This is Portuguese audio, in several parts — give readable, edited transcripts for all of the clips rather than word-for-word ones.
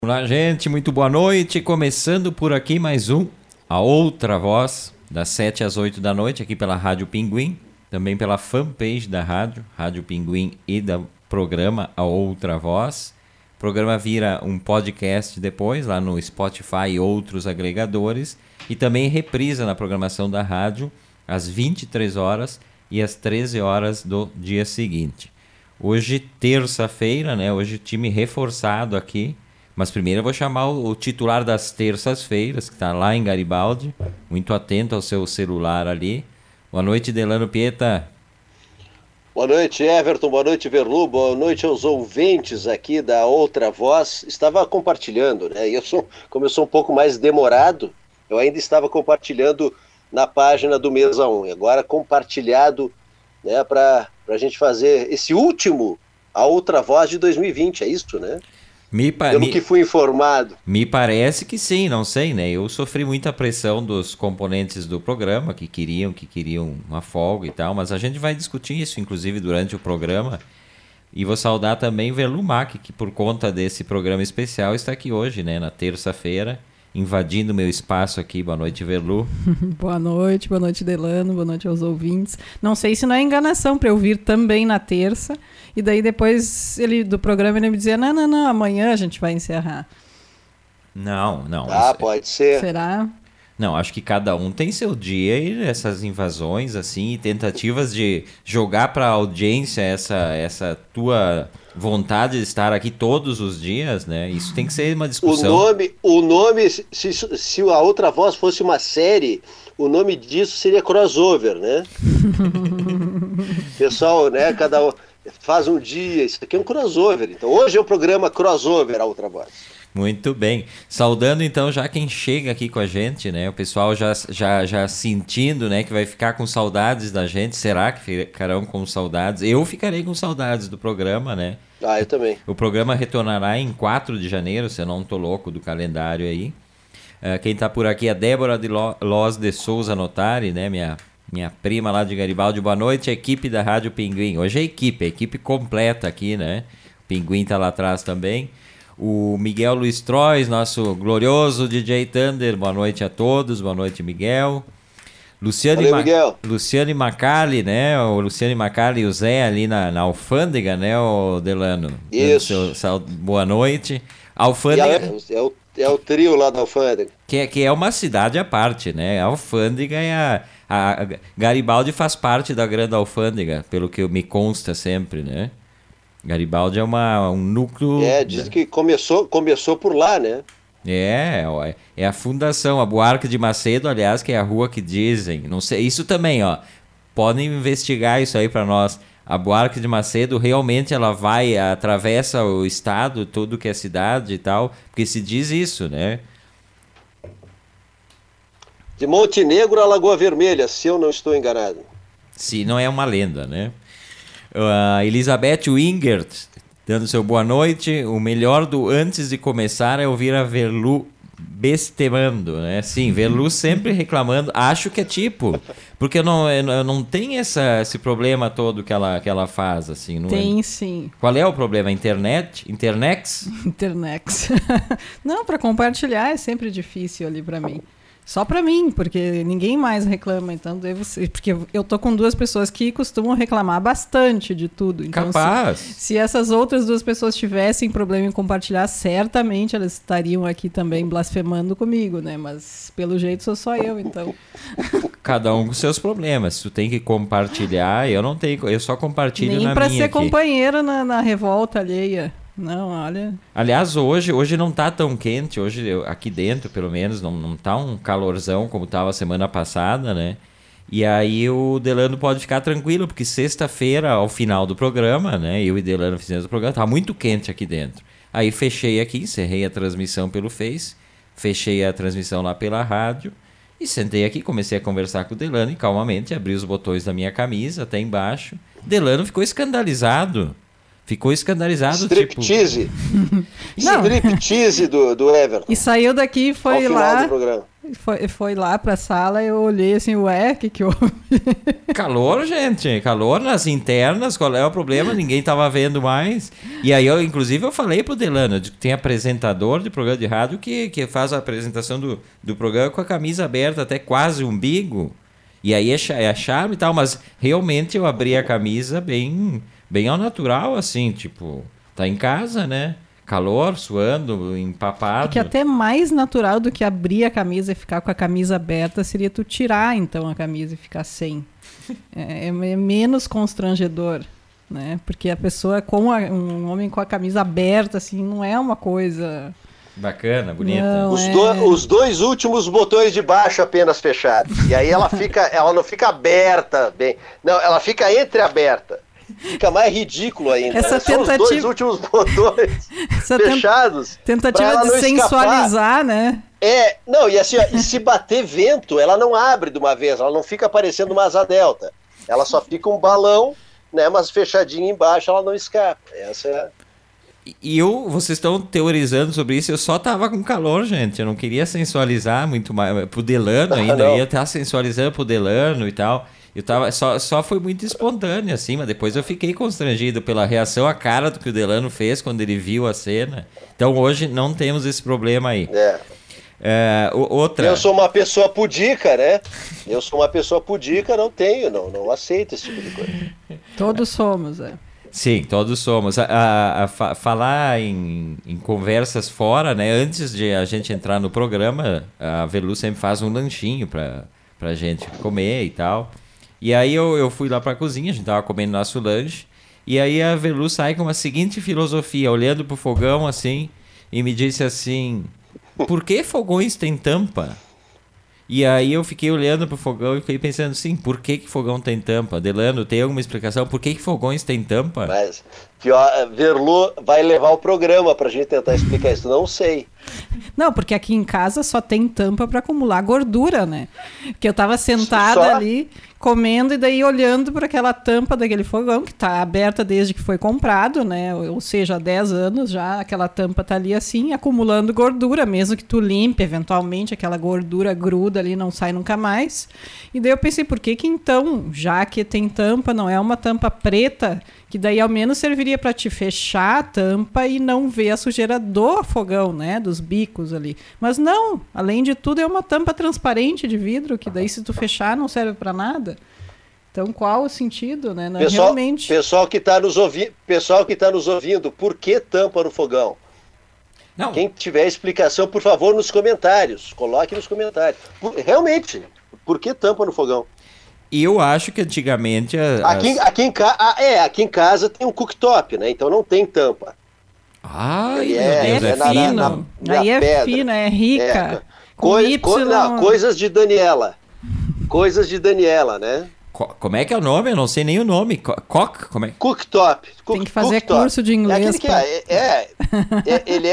Olá, gente, muito boa noite. Começando por aqui mais A Outra Voz, das 7 às 8 da noite, aqui pela Rádio Pinguim, também pela fanpage da Rádio Pinguim e do programa A Outra Voz. O programa vira um podcast depois, lá no Spotify e outros agregadores, e também reprisa na programação da rádio, às 23 horas e às 13 horas do dia seguinte. Hoje, terça-feira, né? Hoje, time reforçado aqui. Mas primeiro eu vou chamar o titular das terças-feiras, que está lá em Garibaldi, muito atento ao seu celular ali. Boa noite, Delano Pieta. Boa noite, Everton. Boa noite, Verlu. Boa noite aos ouvintes aqui da Outra Voz. Estava compartilhando, né? Como eu sou um pouco mais demorado, eu ainda estava compartilhando na página do Mesa 1. Agora compartilhado, né, para a gente fazer esse último A Outra Voz de 2020, é isso, né? Pelo que fui informado. Me parece que sim, não sei, né? Eu sofri muita pressão dos componentes do programa que queriam uma folga e tal, mas a gente vai discutir isso, inclusive, durante o programa. E vou saudar também Verlumac, que por conta desse programa especial está aqui hoje, né? Na terça-feira, invadindo meu espaço aqui. Boa noite, Verlu. Boa noite, Delano, boa noite aos ouvintes. Não sei se não é enganação para eu vir também na terça. E daí depois do programa ele me dizia, não, amanhã a gente vai encerrar. Não. Pode ser. Será? Não, acho que cada um tem seu dia e essas invasões, assim, e tentativas de jogar para a audiência essa tua vontade de estar aqui todos os dias, né? Isso tem que ser uma discussão. O nome se a Outra Voz fosse uma série, o nome disso seria crossover, né? Pessoal, né, cada um faz um dia, isso aqui é um crossover. Então hoje é o programa crossover A Outra Voz. Muito bem. Saudando então já quem chega aqui com a gente, né? O pessoal já sentindo, né, que vai ficar com saudades da gente. Será que ficarão com saudades? Eu ficarei com saudades do programa, né? Eu também. O programa retornará em 4 de janeiro, se eu não tô louco do calendário aí. Quem tá por aqui é a Débora de Loz de Souza Notari, né? Minha prima lá de Garibaldi. Boa noite, equipe da Rádio Pinguim. Hoje é equipe completa aqui, né? O Pinguim tá lá atrás também. O Miguel Luiz Trois, nosso glorioso DJ Thunder. Boa noite a todos. Boa noite, Miguel. Luciane Macali, né? O Luciane Macali e o Zé ali na Alfândega, né, o Delano? Isso. Boa noite. Alfândega... É o trio lá da Alfândega. Que é uma cidade à parte, né? A Alfândega a Garibaldi faz parte da Grande Alfândega, pelo que me consta sempre, né? Garibaldi é um núcleo... Diz que começou por lá, né? É a fundação, a Buarque de Macedo, aliás, que é a rua que dizem. Não sei, isso também, ó. Podem investigar isso aí para nós. A Buarque de Macedo realmente ela atravessa o estado, tudo que é cidade e tal, porque se diz isso, né? De Montenegro a Lagoa Vermelha, se eu não estou enganado. Se não é uma lenda, né? Elizabeth Wingert, dando seu boa noite. O melhor do antes de começar é ouvir a Verlu bestemando, né? Sim, Verlu sempre reclamando. Acho que é porque eu não tem esse problema todo que ela faz, assim. Não tem, sim. Qual é o problema? Internet? Internex? Não, para compartilhar é sempre difícil ali para mim. Só para mim, porque ninguém mais reclama, então porque eu tô com 2 pessoas que costumam reclamar bastante de tudo. Então, capaz. Se essas outras 2 pessoas tivessem problema em compartilhar, certamente elas estariam aqui também blasfemando comigo, né? Mas pelo jeito sou só eu, então. Cada um com seus problemas. Se tu tem que compartilhar, eu não tenho, eu só compartilho nem na minha. Nem para ser aqui. Companheira na revolta alheia. Não, olha... Aliás, hoje não tá tão quente, hoje aqui dentro, pelo menos, não tá um calorzão como tava semana passada, né? E aí o Delano pode ficar tranquilo, porque sexta-feira, ao final do programa, né? Eu e Delano fizemos o programa, tá muito quente aqui dentro. Aí fechei aqui, encerrei a transmissão pelo Face, fechei a transmissão lá pela rádio, e sentei aqui, comecei a conversar com o Delano e calmamente abri os botões da minha camisa até embaixo. Delano ficou escandalizado. ficou escandalizado, Striptease. Não. Striptease do Everton. E saiu daqui e foi ao final lá. do programa. Foi lá pra sala, eu olhei assim, ué, que houve? Calor, gente, calor nas internas, qual é o problema? Ninguém tava vendo mais. E aí, inclusive, eu falei pro Delano, tem apresentador de programa de rádio que faz a apresentação do programa com a camisa aberta até quase o umbigo. E aí é charme e tal, mas realmente eu abri a camisa bem ao natural, assim, tipo, tá em casa, né? Calor, suando, empapado. É que até mais natural do que abrir a camisa e ficar com a camisa aberta seria tu tirar, então, a camisa e ficar sem. É menos constrangedor, né? Porque a pessoa um homem com a camisa aberta, assim, não é uma coisa... Bacana, bonita. Não, Os dois últimos botões de baixo apenas fechados. E aí ela não fica aberta bem. Não, ela fica entreaberta. Fica mais ridículo ainda. Essa São os dois últimos botões fechados. Tentativa de sensualizar, né? Não, e assim, ó, e se bater vento, ela não abre de uma vez, ela não fica parecendo uma asa delta. Ela só fica um balão, né? Mas fechadinha embaixo, ela não escapa. Essa é. E vocês estão teorizando sobre isso, eu só tava com calor, gente. Eu não queria sensualizar muito mais. Pro Delano ainda, eu ia estar sensualizando pro Delano e tal. Eu tava, só foi muito espontâneo, assim, mas depois eu fiquei constrangido pela reação, a cara do que o Delano fez quando ele viu a cena. Então hoje não temos esse problema aí. Outra... Eu sou uma pessoa pudica, né? Eu sou uma pessoa pudica, não aceito esse tipo de coisa. Todos somos, Sim, todos somos. Falar em conversas fora, né? Antes de a gente entrar no programa, a Velu sempre faz um lanchinho pra gente comer e tal. E aí eu fui lá pra cozinha, a gente tava comendo nosso lanche, e aí a Velu sai com a seguinte filosofia, olhando pro fogão assim, e me disse assim, por que fogões têm tampa? E aí eu fiquei olhando pro fogão e fiquei pensando, sim, por que fogão tem tampa? Delano, tem alguma explicação? Por que fogões têm tampa? Mas, pior, Verlu vai levar o programa pra gente tentar explicar isso, não sei. Não, porque aqui em casa só tem tampa para acumular gordura, né? Porque eu tava sentada ali comendo e daí olhando para aquela tampa daquele fogão que tá aberta desde que foi comprado, né? Ou seja, há 10 anos já aquela tampa tá ali assim, acumulando gordura, mesmo que tu limpe, eventualmente aquela gordura gruda ali, não sai nunca mais. E daí eu pensei, por que então, já que tem tampa, não é uma tampa preta, que daí ao menos serviria para te fechar a tampa e não ver a sujeira do fogão, né? Dos bicos ali. Mas não, além de tudo é uma tampa transparente de vidro, que daí se tu fechar não serve para nada. Então qual o sentido, né? Não, realmente... Pessoal que está nos ouvindo, por que tampa no fogão? Não. Quem tiver explicação, por favor, nos comentários. Coloque nos comentários. Realmente, por que tampa no fogão? E eu acho que antigamente... Aqui em casa tem um cooktop, né? Então não tem tampa. Ai, meu Deus, é fino. Aí é fino, é rica. Coisas de Daniela. Coisas de Daniela, né? Como é que é o nome? Eu não sei nem o nome. Como é? Cooktop. Tem que fazer curso de inglês. Ele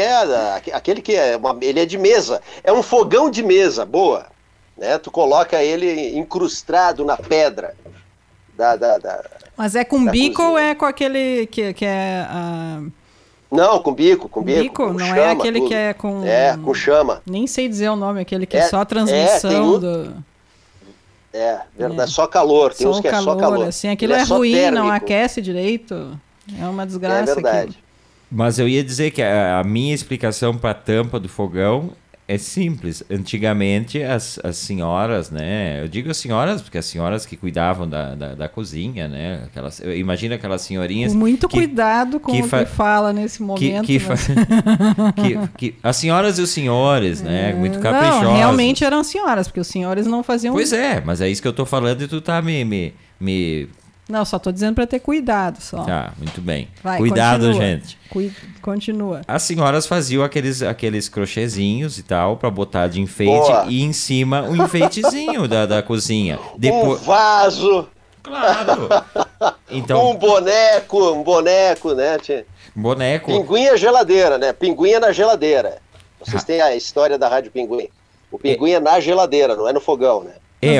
é de mesa. É um fogão de mesa, boa. Né? Tu coloca ele incrustado na pedra. Mas é com bico cozinha. Ou é com aquele que é... Não, com bico. Com não chama, é aquele tudo. Que é com... É, com chama. Nem sei dizer o nome, aquele que é só a transmissão do... Verdade, só calor. Tem uns que é só calor. Assim, aquilo é ruim, térmico. Não aquece direito. É uma desgraça. É verdade. Aquilo. Mas eu ia dizer que a minha explicação para a tampa do fogão é simples. Antigamente, as senhoras, né? Eu digo as senhoras, porque as senhoras que cuidavam da cozinha, né? Imagina aquelas senhorinhas... Com muito cuidado com o que fala nesse momento. As senhoras e os senhores, né? Muito caprichosos. Não, realmente eram senhoras, porque os senhores não faziam... Pois é, mas é isso que eu tô falando e tu tá me... Não, só tô dizendo para ter cuidado, só. Tá, muito bem. Vai, cuidado, continua. gente. Continua. As senhoras faziam aqueles crochêzinhos e tal, para botar de enfeite. Boa. E em cima um enfeitezinho da cozinha. Depois... Um vaso. Claro. Então... Um boneco, né? Boneco. Pinguinha geladeira, né? Pinguinha na geladeira. Vocês têm a história da Rádio Pinguim. O pinguim é na geladeira, não é no fogão, né?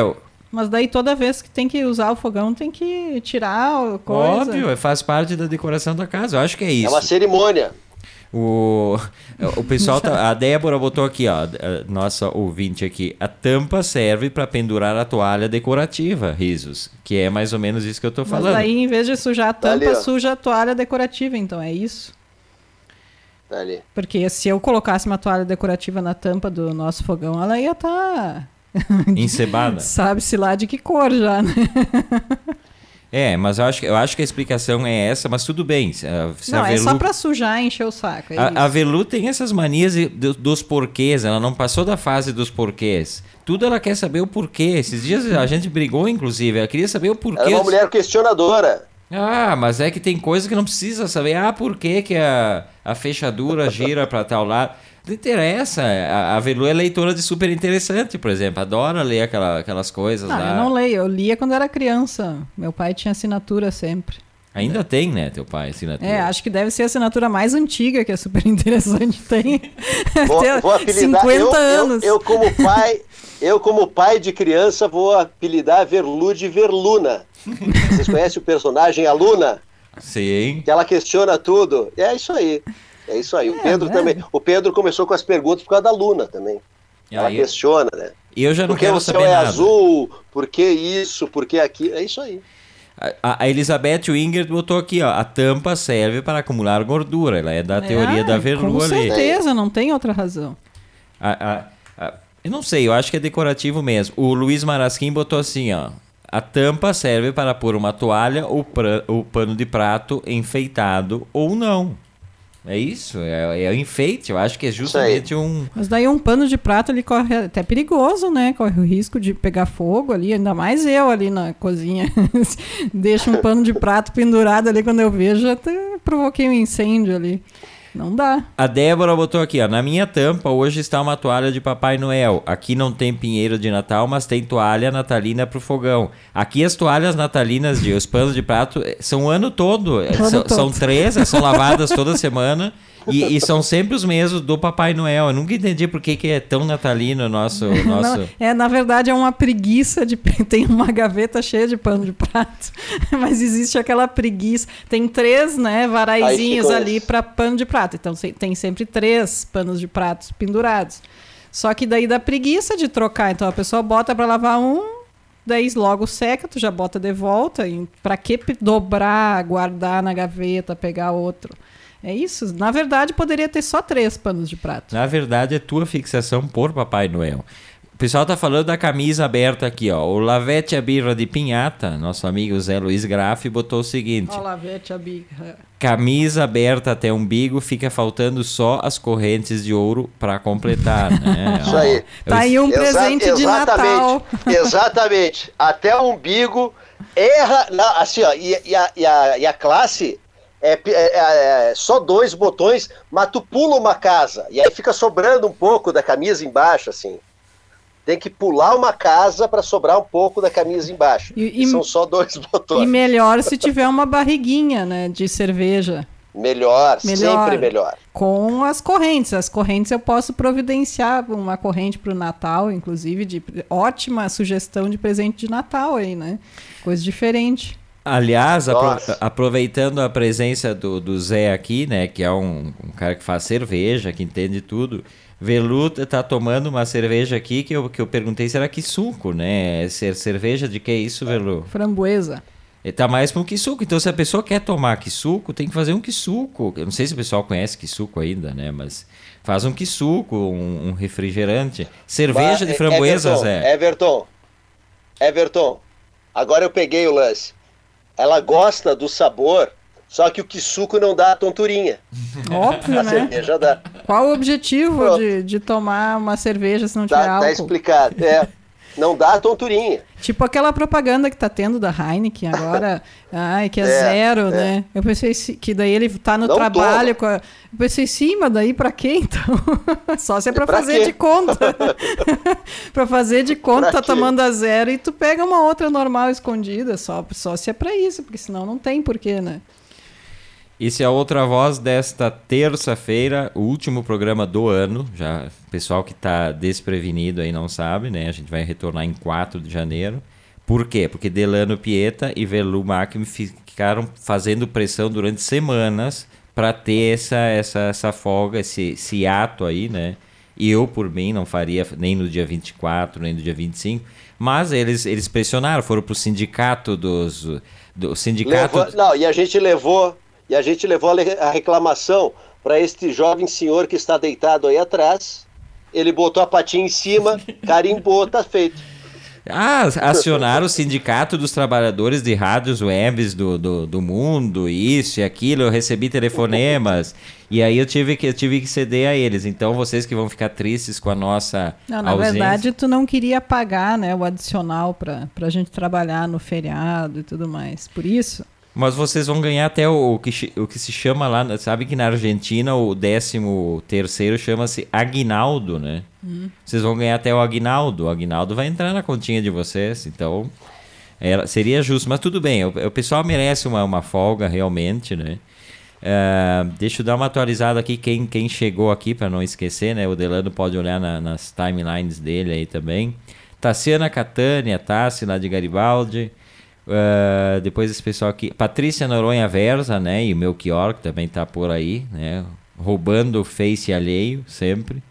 Mas daí toda vez que tem que usar o fogão, tem que tirar coisa. Óbvio, faz parte da decoração da casa. Eu acho que é isso. É uma cerimônia. O pessoal, a Débora botou aqui, ó, nossa ouvinte aqui, a tampa serve para pendurar a toalha decorativa, risos, que é mais ou menos isso que eu tô falando. Mas daí, em vez de sujar a tampa, ali, suja a toalha decorativa, então é isso? Tá ali. Porque se eu colocasse uma toalha decorativa na tampa do nosso fogão, ela ia estar... Encebada. Sabe-se lá de que cor já, né? Mas eu acho que a explicação é essa, mas tudo bem. Se Não, a Velu... é só pra sujar e encher o saco. A Velu tem essas manias dos porquês, ela não passou da fase dos porquês. Tudo ela quer saber o porquê. Esses dias a gente brigou, inclusive, ela queria saber o porquê. Ela é uma mulher questionadora. Mas é que tem coisa que não precisa saber. Por que a fechadura gira para tal lado? Não interessa. A Velu é leitora de Super Interessante, por exemplo. Adora ler aquelas coisas lá. Eu não leio. Eu lia quando era criança. Meu pai tinha assinatura sempre. Ainda tem, né, teu pai, assinatura? Acho que deve ser a assinatura mais antiga que a Super Interessante tem. Vou apelidar... 50 anos. Eu, como pai de criança, vou apelidar a Verlu de Verluna. Vocês conhecem o personagem a Luna? Sim. Que ela questiona tudo. É isso aí. É isso aí. O Pedro também. O Pedro começou com as perguntas por causa da Luna também. Ela questiona, né? Eu já não quero saber nada. Por que o céu é azul? Por que isso? Por que aquilo? É isso aí. A Elizabeth Winger botou aqui, ó, a tampa serve para acumular gordura. Ela é da teoria da Verlu ali. Com certeza, não tem outra razão. Eu não sei, eu acho que é decorativo mesmo. O Luiz Marasquim botou assim, ó. A tampa serve para pôr uma toalha ou pano de prato enfeitado ou não. É isso, é o enfeite, eu acho que é justamente um... Mas daí um pano de prato, ele corre até perigoso, né? Corre o risco de pegar fogo ali, ainda mais eu ali na cozinha. Deixo um pano de prato pendurado ali, quando eu vejo, até provoquei um incêndio ali. Não dá. A Débora botou aqui, ó, na minha tampa hoje está uma toalha de Papai Noel. Aqui não tem pinheiro de Natal, mas tem toalha natalina pro fogão. Aqui as toalhas natalinas, os panos de prato, são o ano todo. São 3, são lavadas toda semana. E são sempre os mesmos do Papai Noel. Eu nunca entendi por que é tão natalino o nosso... Não, na verdade é uma preguiça de... Tem uma gaveta cheia de pano de prato, mas existe aquela preguiça. Tem 3, né, varaizinhos ali para pano de prato. Então tem sempre 3 panos de pratos pendurados. Só que daí dá preguiça de trocar. Então a pessoa bota para lavar daí logo seca, tu já bota de volta. Para que dobrar, guardar na gaveta, pegar outro? É isso. Na verdade, poderia ter só 3 panos de prato. Na verdade, é tua fixação por Papai Noel. O pessoal tá falando da camisa aberta aqui, ó. O Lavete a Birra de Pinhata, nosso amigo Zé Luiz Graff, botou o seguinte. Ó, Lavete a Birra. Camisa aberta até o umbigo, fica faltando só as correntes de ouro para completar, né? Isso aí. Tá aí um presente de Natal. Exatamente. Até o umbigo erra... Não, assim, ó, e a classe... É só 2 botões, mas tu pula uma casa e aí fica sobrando um pouco da camisa embaixo, assim. Tem que pular uma casa para sobrar um pouco da camisa embaixo. São só 2 botões. E melhor se tiver uma barriguinha, né, de cerveja. Melhor, sempre melhor. Com as correntes. As correntes eu posso providenciar uma corrente para o Natal, inclusive, ótima sugestão de presente de Natal aí, né? Coisa diferente. Aliás, aproveitando a presença do Zé aqui, né, que é um cara que faz cerveja, que entende tudo, Velu tá tomando uma cerveja aqui que eu perguntei se era que suco, né? Cerveja de que é isso, Velu? Framboesa. Tá mais para um quisuco. Então, se a pessoa quer tomar quisuco, tem que fazer um quisuco. Eu não sei se o pessoal conhece quisuco ainda, né? Mas faz um quisuco, um refrigerante. Cerveja de framboesa, Zé. Everton, agora eu peguei o lance. Ela gosta do sabor, só que o quisuco não dá a tonturinha. Óbvio, a né? Cerveja dá. Qual o objetivo de tomar uma cerveja se não tiver álcool? Tá explicado. Não dá a tonturinha. Tipo aquela propaganda que tá tendo da Heineken agora, que é zero, né? Eu pensei que daí ele tá no trabalho com eu pensei, sim, mas daí pra quê então? Só se é pra fazer de conta. Pra fazer de conta, tá tomando a zero e tu pega uma outra normal escondida, só se é pra isso, porque senão não tem porquê, né? Esse é a Outra Voz desta terça-feira, o último programa do ano. Já o pessoal que está desprevenido aí não sabe, né? A gente vai retornar em 4 de janeiro. Por quê? Porque Delano Pieta e Verlu Macchim ficaram fazendo pressão durante semanas para ter essa folga, esse ato aí, né? E eu, por mim, não faria nem no dia 24, nem no dia 25. Mas eles pressionaram, foram pro sindicato do sindicato... E a gente levou a reclamação para este jovem senhor que está deitado aí atrás. Ele botou a patinha em cima, carimbou, tá feito. Acionaram o Sindicato dos Trabalhadores de Rádios Webs do mundo, isso e aquilo, eu recebi telefonemas, e aí eu tive que ceder a eles. Então vocês que vão ficar tristes com a nossa ausência... Na verdade, tu não queria pagar, né, o adicional pra gente trabalhar no feriado e tudo mais, por isso... Mas vocês vão ganhar até o que se chama lá, sabe que na Argentina o 13º chama-se aguinaldo, né? Vocês vão ganhar até o aguinaldo vai entrar na continha de vocês, então seria justo, mas tudo bem, o pessoal merece uma folga realmente, né? Deixa eu dar uma atualizada aqui, quem chegou aqui para não esquecer, né? O Delano pode olhar nas timelines dele aí também. Tassiana Catânia, Tassi lá de Garibaldi. Depois esse pessoal aqui, Patrícia Noronha Versa, né, e o Melchior, que também tá por aí, né, roubando o face alheio, sempre.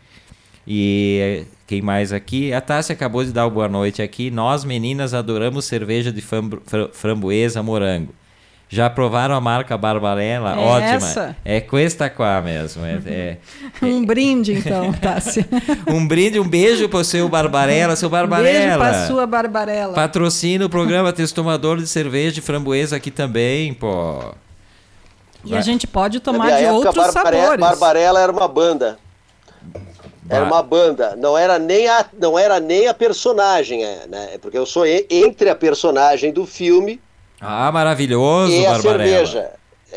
E quem mais aqui? A Tássia acabou de dar o boa noite aqui. Nós, meninas, adoramos cerveja de framboesa morango. Já provaram a marca Barbarella? Ótima. Essa? É questa qua mesmo. Um brinde, então, Tássia. Um brinde, um beijo pro seu Barbarella. Seu Barbarella. Um beijo pra sua Barbarella. Patrocina o programa Testomador de Cerveja de Framboesa aqui também, pô. E a gente pode tomar de outros sabores. Barbarella era uma banda. Era uma banda. Não era nem a personagem, né? Porque eu sou entre a personagem do filme... maravilhoso, e a Barbarella. cerveja.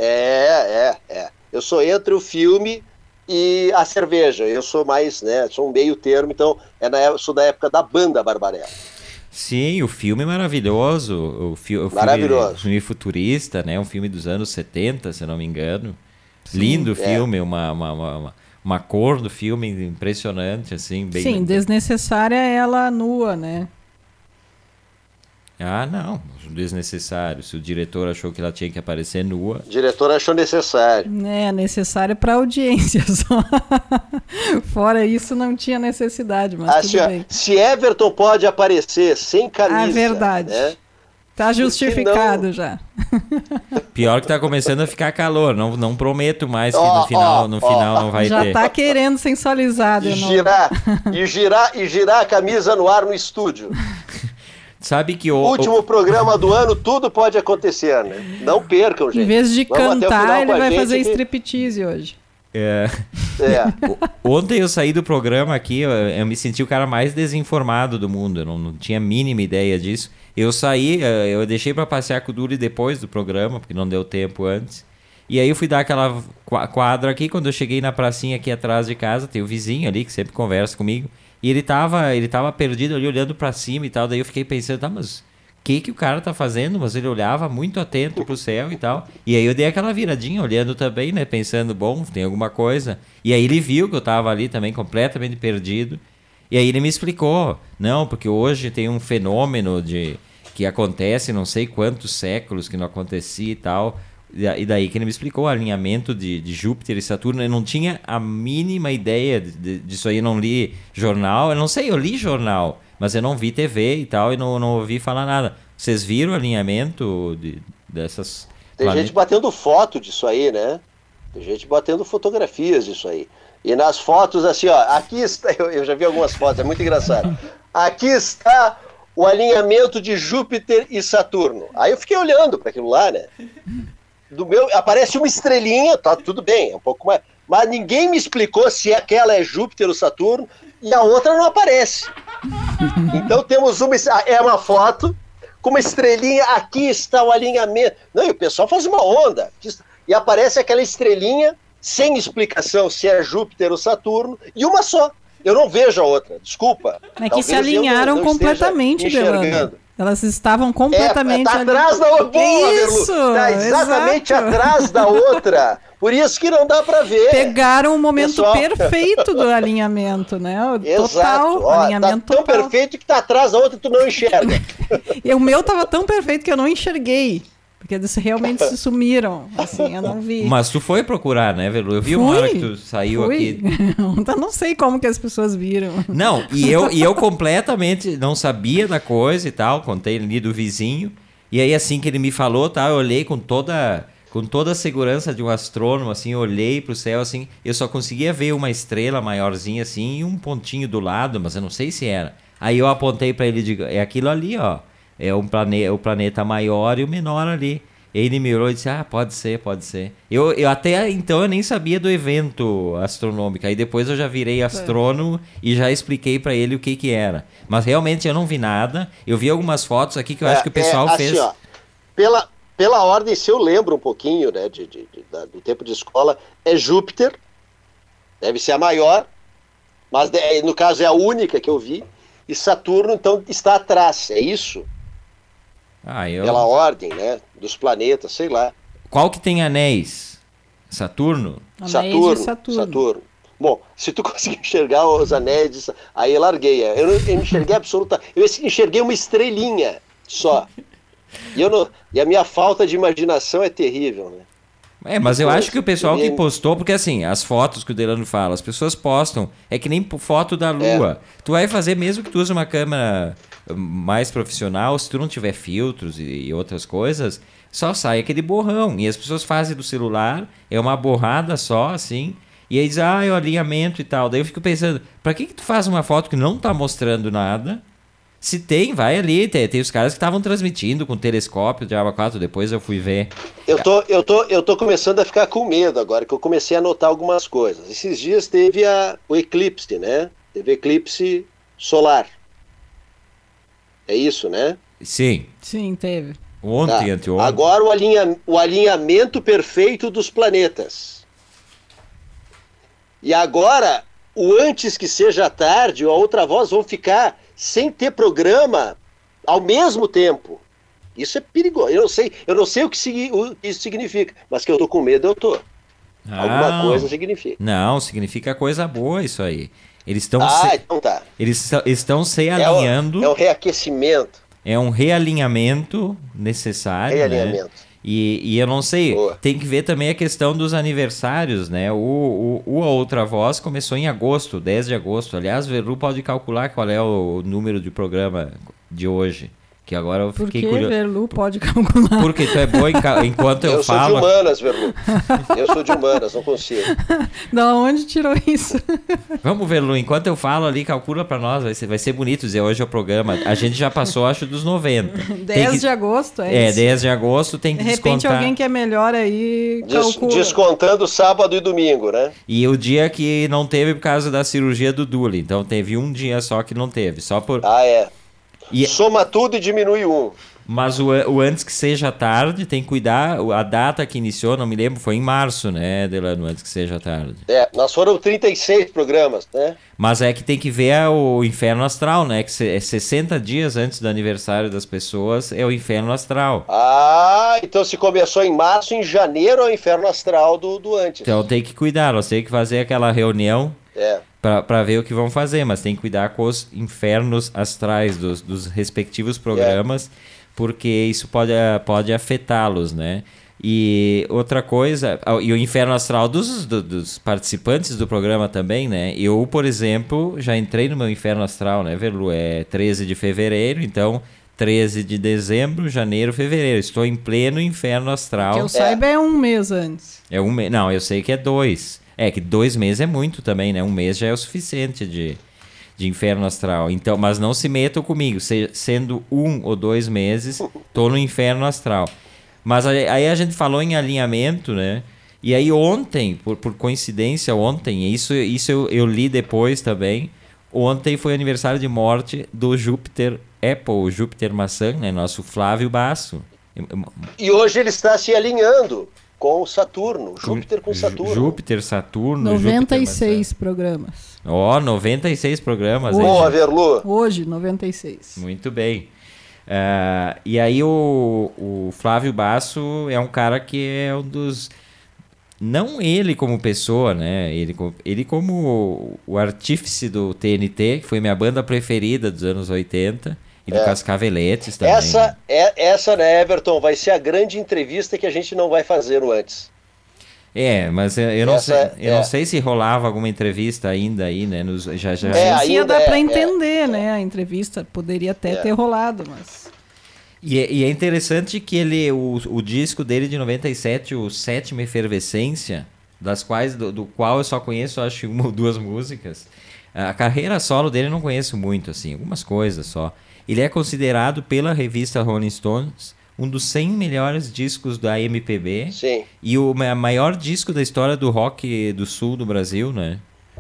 Eu sou entre o filme e a cerveja. Eu sou mais, né? Sou um meio termo, então sou da época da banda Barbarella. Sim, o filme é maravilhoso. Maravilhoso. Filme futurista, né? Um filme dos anos 70, se não me engano. Sim, lindo filme, uma cor do filme impressionante, assim. Bem... Sim, desnecessária ela nua, né? Não, desnecessário. Se o diretor achou que ela tinha que aparecer nua... O diretor achou necessário. Necessário para audiência só. Fora isso, não tinha necessidade, mas tudo bem. Se Everton pode aparecer sem camisa... verdade. Né? Tá justificado já. Pior que tá começando a ficar calor. Não prometo mais que no final não vai ter. Já tá querendo sensualizado. E girar a camisa no ar no estúdio. Sabe que último programa do ano, tudo pode acontecer, né? Não percam, gente. Em vez de cantar, ele vai fazer striptease hoje. Ontem eu saí do programa aqui, eu me senti o cara mais desinformado do mundo, eu não tinha a mínima ideia disso. Eu saí, eu deixei pra passear com o Duri depois do programa, porque não deu tempo antes. E aí eu fui dar aquela quadra aqui, quando eu cheguei na pracinha aqui atrás de casa, tem o vizinho ali que sempre conversa comigo. E ele tava perdido ali, olhando pra cima e tal. Daí eu fiquei pensando, mas o que o cara tá fazendo? Mas ele olhava muito atento pro céu e tal. E aí eu dei aquela viradinha, olhando também, né? Pensando, bom, tem alguma coisa. E aí ele viu que eu tava ali também, completamente perdido. E aí ele me explicou. Não, porque hoje tem um fenômeno que acontece não sei quantos séculos que não acontecia e tal... E daí que ele me explicou o alinhamento de Júpiter e Saturno. Eu não tinha a mínima ideia disso aí. Eu não li jornal. Eu não sei, eu li jornal, mas eu não vi TV e tal, e não ouvi falar nada. Vocês viram o alinhamento dessas... Tem gente batendo foto disso aí, né? Tem gente batendo fotografias disso aí. E nas fotos, assim, ó, aqui está... Eu já vi algumas fotos, é muito engraçado. Aqui está o alinhamento de Júpiter e Saturno. Aí eu fiquei olhando para aquilo lá, né? Aparece uma estrelinha, tá tudo bem, é um pouco mais, mas ninguém me explicou se aquela é Júpiter ou Saturno e a outra não aparece. Então temos uma foto com uma estrelinha, aqui está o alinhamento. Não, e o pessoal faz uma onda e aparece aquela estrelinha sem explicação se é Júpiter ou Saturno e uma só. Eu não vejo a outra, desculpa. É que se alinharam completamente, Delano. Elas estavam completamente... tá atrás da outra. Boa, Isso! Tá exatamente exato. atrás da outra. Por isso que não dá para ver. Pegaram o momento Pessoal. perfeito do alinhamento, né? O Exato. total, Ó, alinhamento tá tão total. perfeito que tá atrás da outra e tu não enxerga. E o meu tava tão perfeito que eu não enxerguei. Porque eles realmente se sumiram. Assim, eu não vi. Mas tu foi procurar, né, Velu? Eu vi uma hora que tu saiu aqui. Eu não sei como que as pessoas viram. Não, e eu completamente não sabia da coisa e tal, contei ali do vizinho. E aí assim que ele me falou, tá, eu olhei com toda a segurança de um astrônomo, assim, eu olhei pro céu, assim, eu só conseguia ver uma estrela maiorzinha, assim, e um pontinho do lado, mas eu não sei se era. Aí eu apontei pra ele e digo, é aquilo ali, ó, é o planeta maior e o menor ali. Ele me olhou e disse, pode ser, pode ser. Eu até então eu nem sabia do evento astronômico, aí depois eu já virei astrônomo e já expliquei pra ele o que era. Mas realmente eu não vi nada, eu vi algumas fotos aqui que eu acho que o pessoal assim, fez... Ó, pela ordem, se eu lembro um pouquinho, né, do tempo de escola, é Júpiter, deve ser a maior, mas no caso é a única que eu vi, e Saturno, então, está atrás, é isso? Pela ordem, né, dos planetas, sei lá. Qual que tem anéis? Saturno? Anéis de Saturno. Bom, se tu conseguir enxergar os anéis, aí eu larguei. Eu não enxerguei eu enxerguei uma estrelinha só. E a minha falta de imaginação é terrível, né? Mas eu acho que o pessoal que postou, porque assim, as fotos que o Delano fala, as pessoas postam, é que nem foto da Lua. Tu vai fazer, mesmo que tu use uma câmera mais profissional, se tu não tiver filtros e outras coisas, só sai aquele borrão. E as pessoas fazem do celular, é uma borrada só, assim, e aí diz, é o alinhamento e tal. Daí eu fico pensando, pra que tu faz uma foto que não tá mostrando nada? Se tem, vai ali. Tem os caras que estavam transmitindo com telescópio de Diabo 4, depois eu fui ver. Eu tô começando a ficar com medo agora, que eu comecei a notar algumas coisas. Esses dias teve o eclipse, né? Teve eclipse solar. É isso, né? Sim. Sim, teve. Ontem, anteontem. Agora o alinhamento perfeito dos planetas. E agora, o antes que seja tarde, ou a outra voz vão ficar sem ter programa ao mesmo tempo. Isso é perigoso. Eu não sei o que isso significa, mas que eu tô com medo, eu tô. Alguma coisa significa. Não, significa coisa boa isso aí. Eles estão então tá. Eles estão se alinhando. É um reaquecimento. É um realinhamento necessário, né? E eu não sei, tem que ver também a questão dos aniversários, né? A Outra Voz começou em agosto, 10 de agosto. Aliás, Velu pode calcular qual é o número de programa de hoje. Que agora eu fiquei curioso. Por que Velu pode calcular? Porque tu é boa enquanto eu falo... Eu sou de humanas, Velu. Eu sou de humanas, não consigo. Da onde tirou isso? Vamos, Velu, enquanto eu falo ali, calcula pra nós. Vai ser bonito dizer hoje é o programa. A gente já passou, acho, dos 90. 10 de agosto, é isso? 10 de agosto tem que descontar. De repente alguém que é melhor aí calcula. Descontando sábado e domingo, né? E o dia que não teve por causa da cirurgia do Duli. Então teve um dia só que não teve. Só por... Soma tudo e diminui um. Mas o antes que seja tarde, tem que cuidar. A data que iniciou, não me lembro, foi em março, né, Delano? Antes que seja tarde. Nós foram 36 programas, né? Mas é que tem que ver o Inferno Astral, né? Que é 60 dias antes do aniversário das pessoas, é o Inferno Astral. Então se começou em março, em janeiro é o Inferno Astral do antes. Então tem que cuidar, nós temos que fazer aquela reunião. Para ver o que vão fazer, mas tem que cuidar com os infernos astrais dos respectivos programas, porque isso pode afetá-los, né? E outra coisa, e o inferno astral dos participantes do programa também, né? Eu, por exemplo, já entrei no meu inferno astral, né, Velu? É 13 de fevereiro, então 13 de dezembro, janeiro, fevereiro. Estou em pleno inferno astral. Que eu saiba é um mês antes. Não, eu sei que é 2. Que 2 meses é muito também, né? Um mês já é o suficiente de inferno astral. Então, mas não se metam comigo. Sendo 1 ou 2 meses, tô no inferno astral. Mas aí a gente falou em alinhamento, né? E aí ontem, por coincidência, isso eu li depois também. Ontem foi aniversário de morte do Júpiter Apple, o Júpiter Maçã, né? Nosso Flávio Basso. E hoje ele está se alinhando com Saturno, Júpiter com Saturno. Júpiter, Saturno, 96 Júpiter, programas. 96 programas. Boa, Verlu. Hoje, 96. Muito bem. E aí o Flávio Basso é um cara que é um dos... Não ele como pessoa, né? Ele como o artífice do TNT, que foi minha banda preferida dos anos 80, e do Cascaveletes também. Essa, né, Everton, vai ser a grande entrevista que a gente não vai fazer no Antes. Mas eu não sei se rolava alguma entrevista ainda aí, né? Já. Ainda dá para entender, né? A entrevista poderia até ter rolado, mas... E é interessante que o disco dele de 97, o Sétima Efervescência, das quais, do qual eu só conheço, acho, 1 ou 2 músicas. A carreira solo dele eu não conheço muito, assim, algumas coisas só. Ele é considerado pela revista Rolling Stones um dos 100 melhores discos da MPB. Sim. E o maior disco da história do rock do sul do Brasil, né?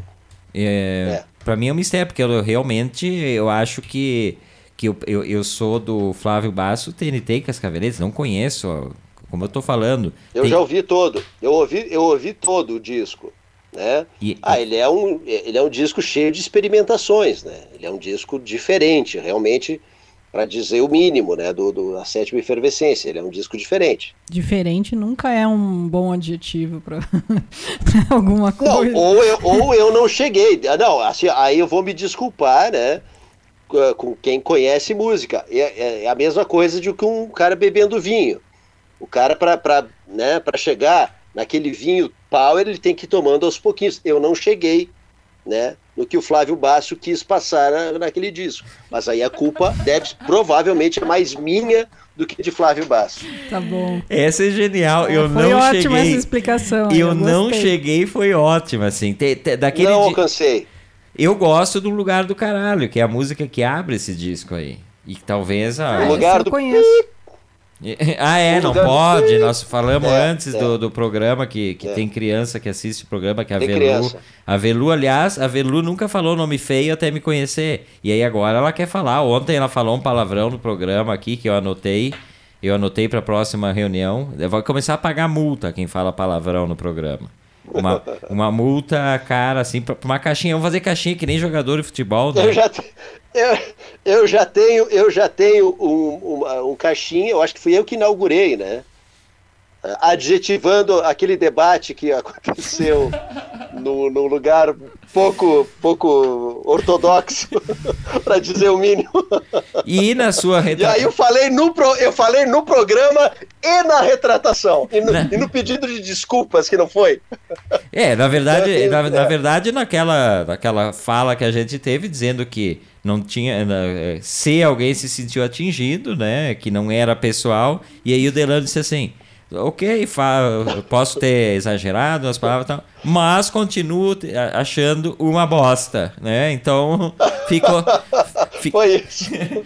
Pra mim é um mistério, porque eu acho que eu sou do Flávio Basso, TNT e Cascaveletes, não conheço, como eu tô falando. Eu já ouvi todo, eu ouvi todo o disco, né? Ele é um disco cheio de experimentações, né? Ele é um disco diferente, realmente, para dizer o mínimo, né? Da Sétima Efervescência, ele é um disco diferente. Diferente nunca é um bom adjetivo para alguma coisa. Não, ou eu não cheguei, não, assim, aí eu vou me desculpar, né? Com quem conhece música. É a mesma coisa de que um cara bebendo vinho. O cara, para chegar naquele vinho power, ele tem que ir tomando aos pouquinhos. Eu não cheguei, né, no que o Flávio Basso quis passar naquele disco. Mas aí a culpa provavelmente é mais minha do que de Flávio Basso. Tá bom. Essa é genial. Eu foi não ótima cheguei. Essa explicação. Eu não cheguei, foi ótima, assim. Não alcancei. Eu gosto do Lugar do Caralho, que é a música que abre esse disco aí. E talvez o lugar do... conheço. Não pode. Nós falamos antes do programa que tem criança que assiste o programa, que é a Velu. Criança. A Velu, aliás, a Velu nunca falou nome feio até me conhecer. E aí agora ela quer falar. Ontem ela falou um palavrão no programa aqui que eu anotei. Eu anotei para a próxima reunião. Vai começar a pagar multa quem fala palavrão no programa. Uma multa, cara, assim, pra uma caixinha. Vamos fazer caixinha que nem jogador de futebol, né? Eu já tenho um caixinha, eu acho que fui eu que inaugurei, né? Adjetivando aquele debate que aconteceu num lugar pouco ortodoxo, para dizer o mínimo. E na sua E aí eu falei no programa e na retratação, e no pedido de desculpas, que não foi. Na verdade, naquela fala que a gente teve, dizendo que não tinha, se alguém se sentiu atingido, né, que não era pessoal, e aí o Delano disse assim: ok, posso ter exagerado nas palavras e tal, mas continuo achando uma bosta, né? Então, ficou... Foi isso.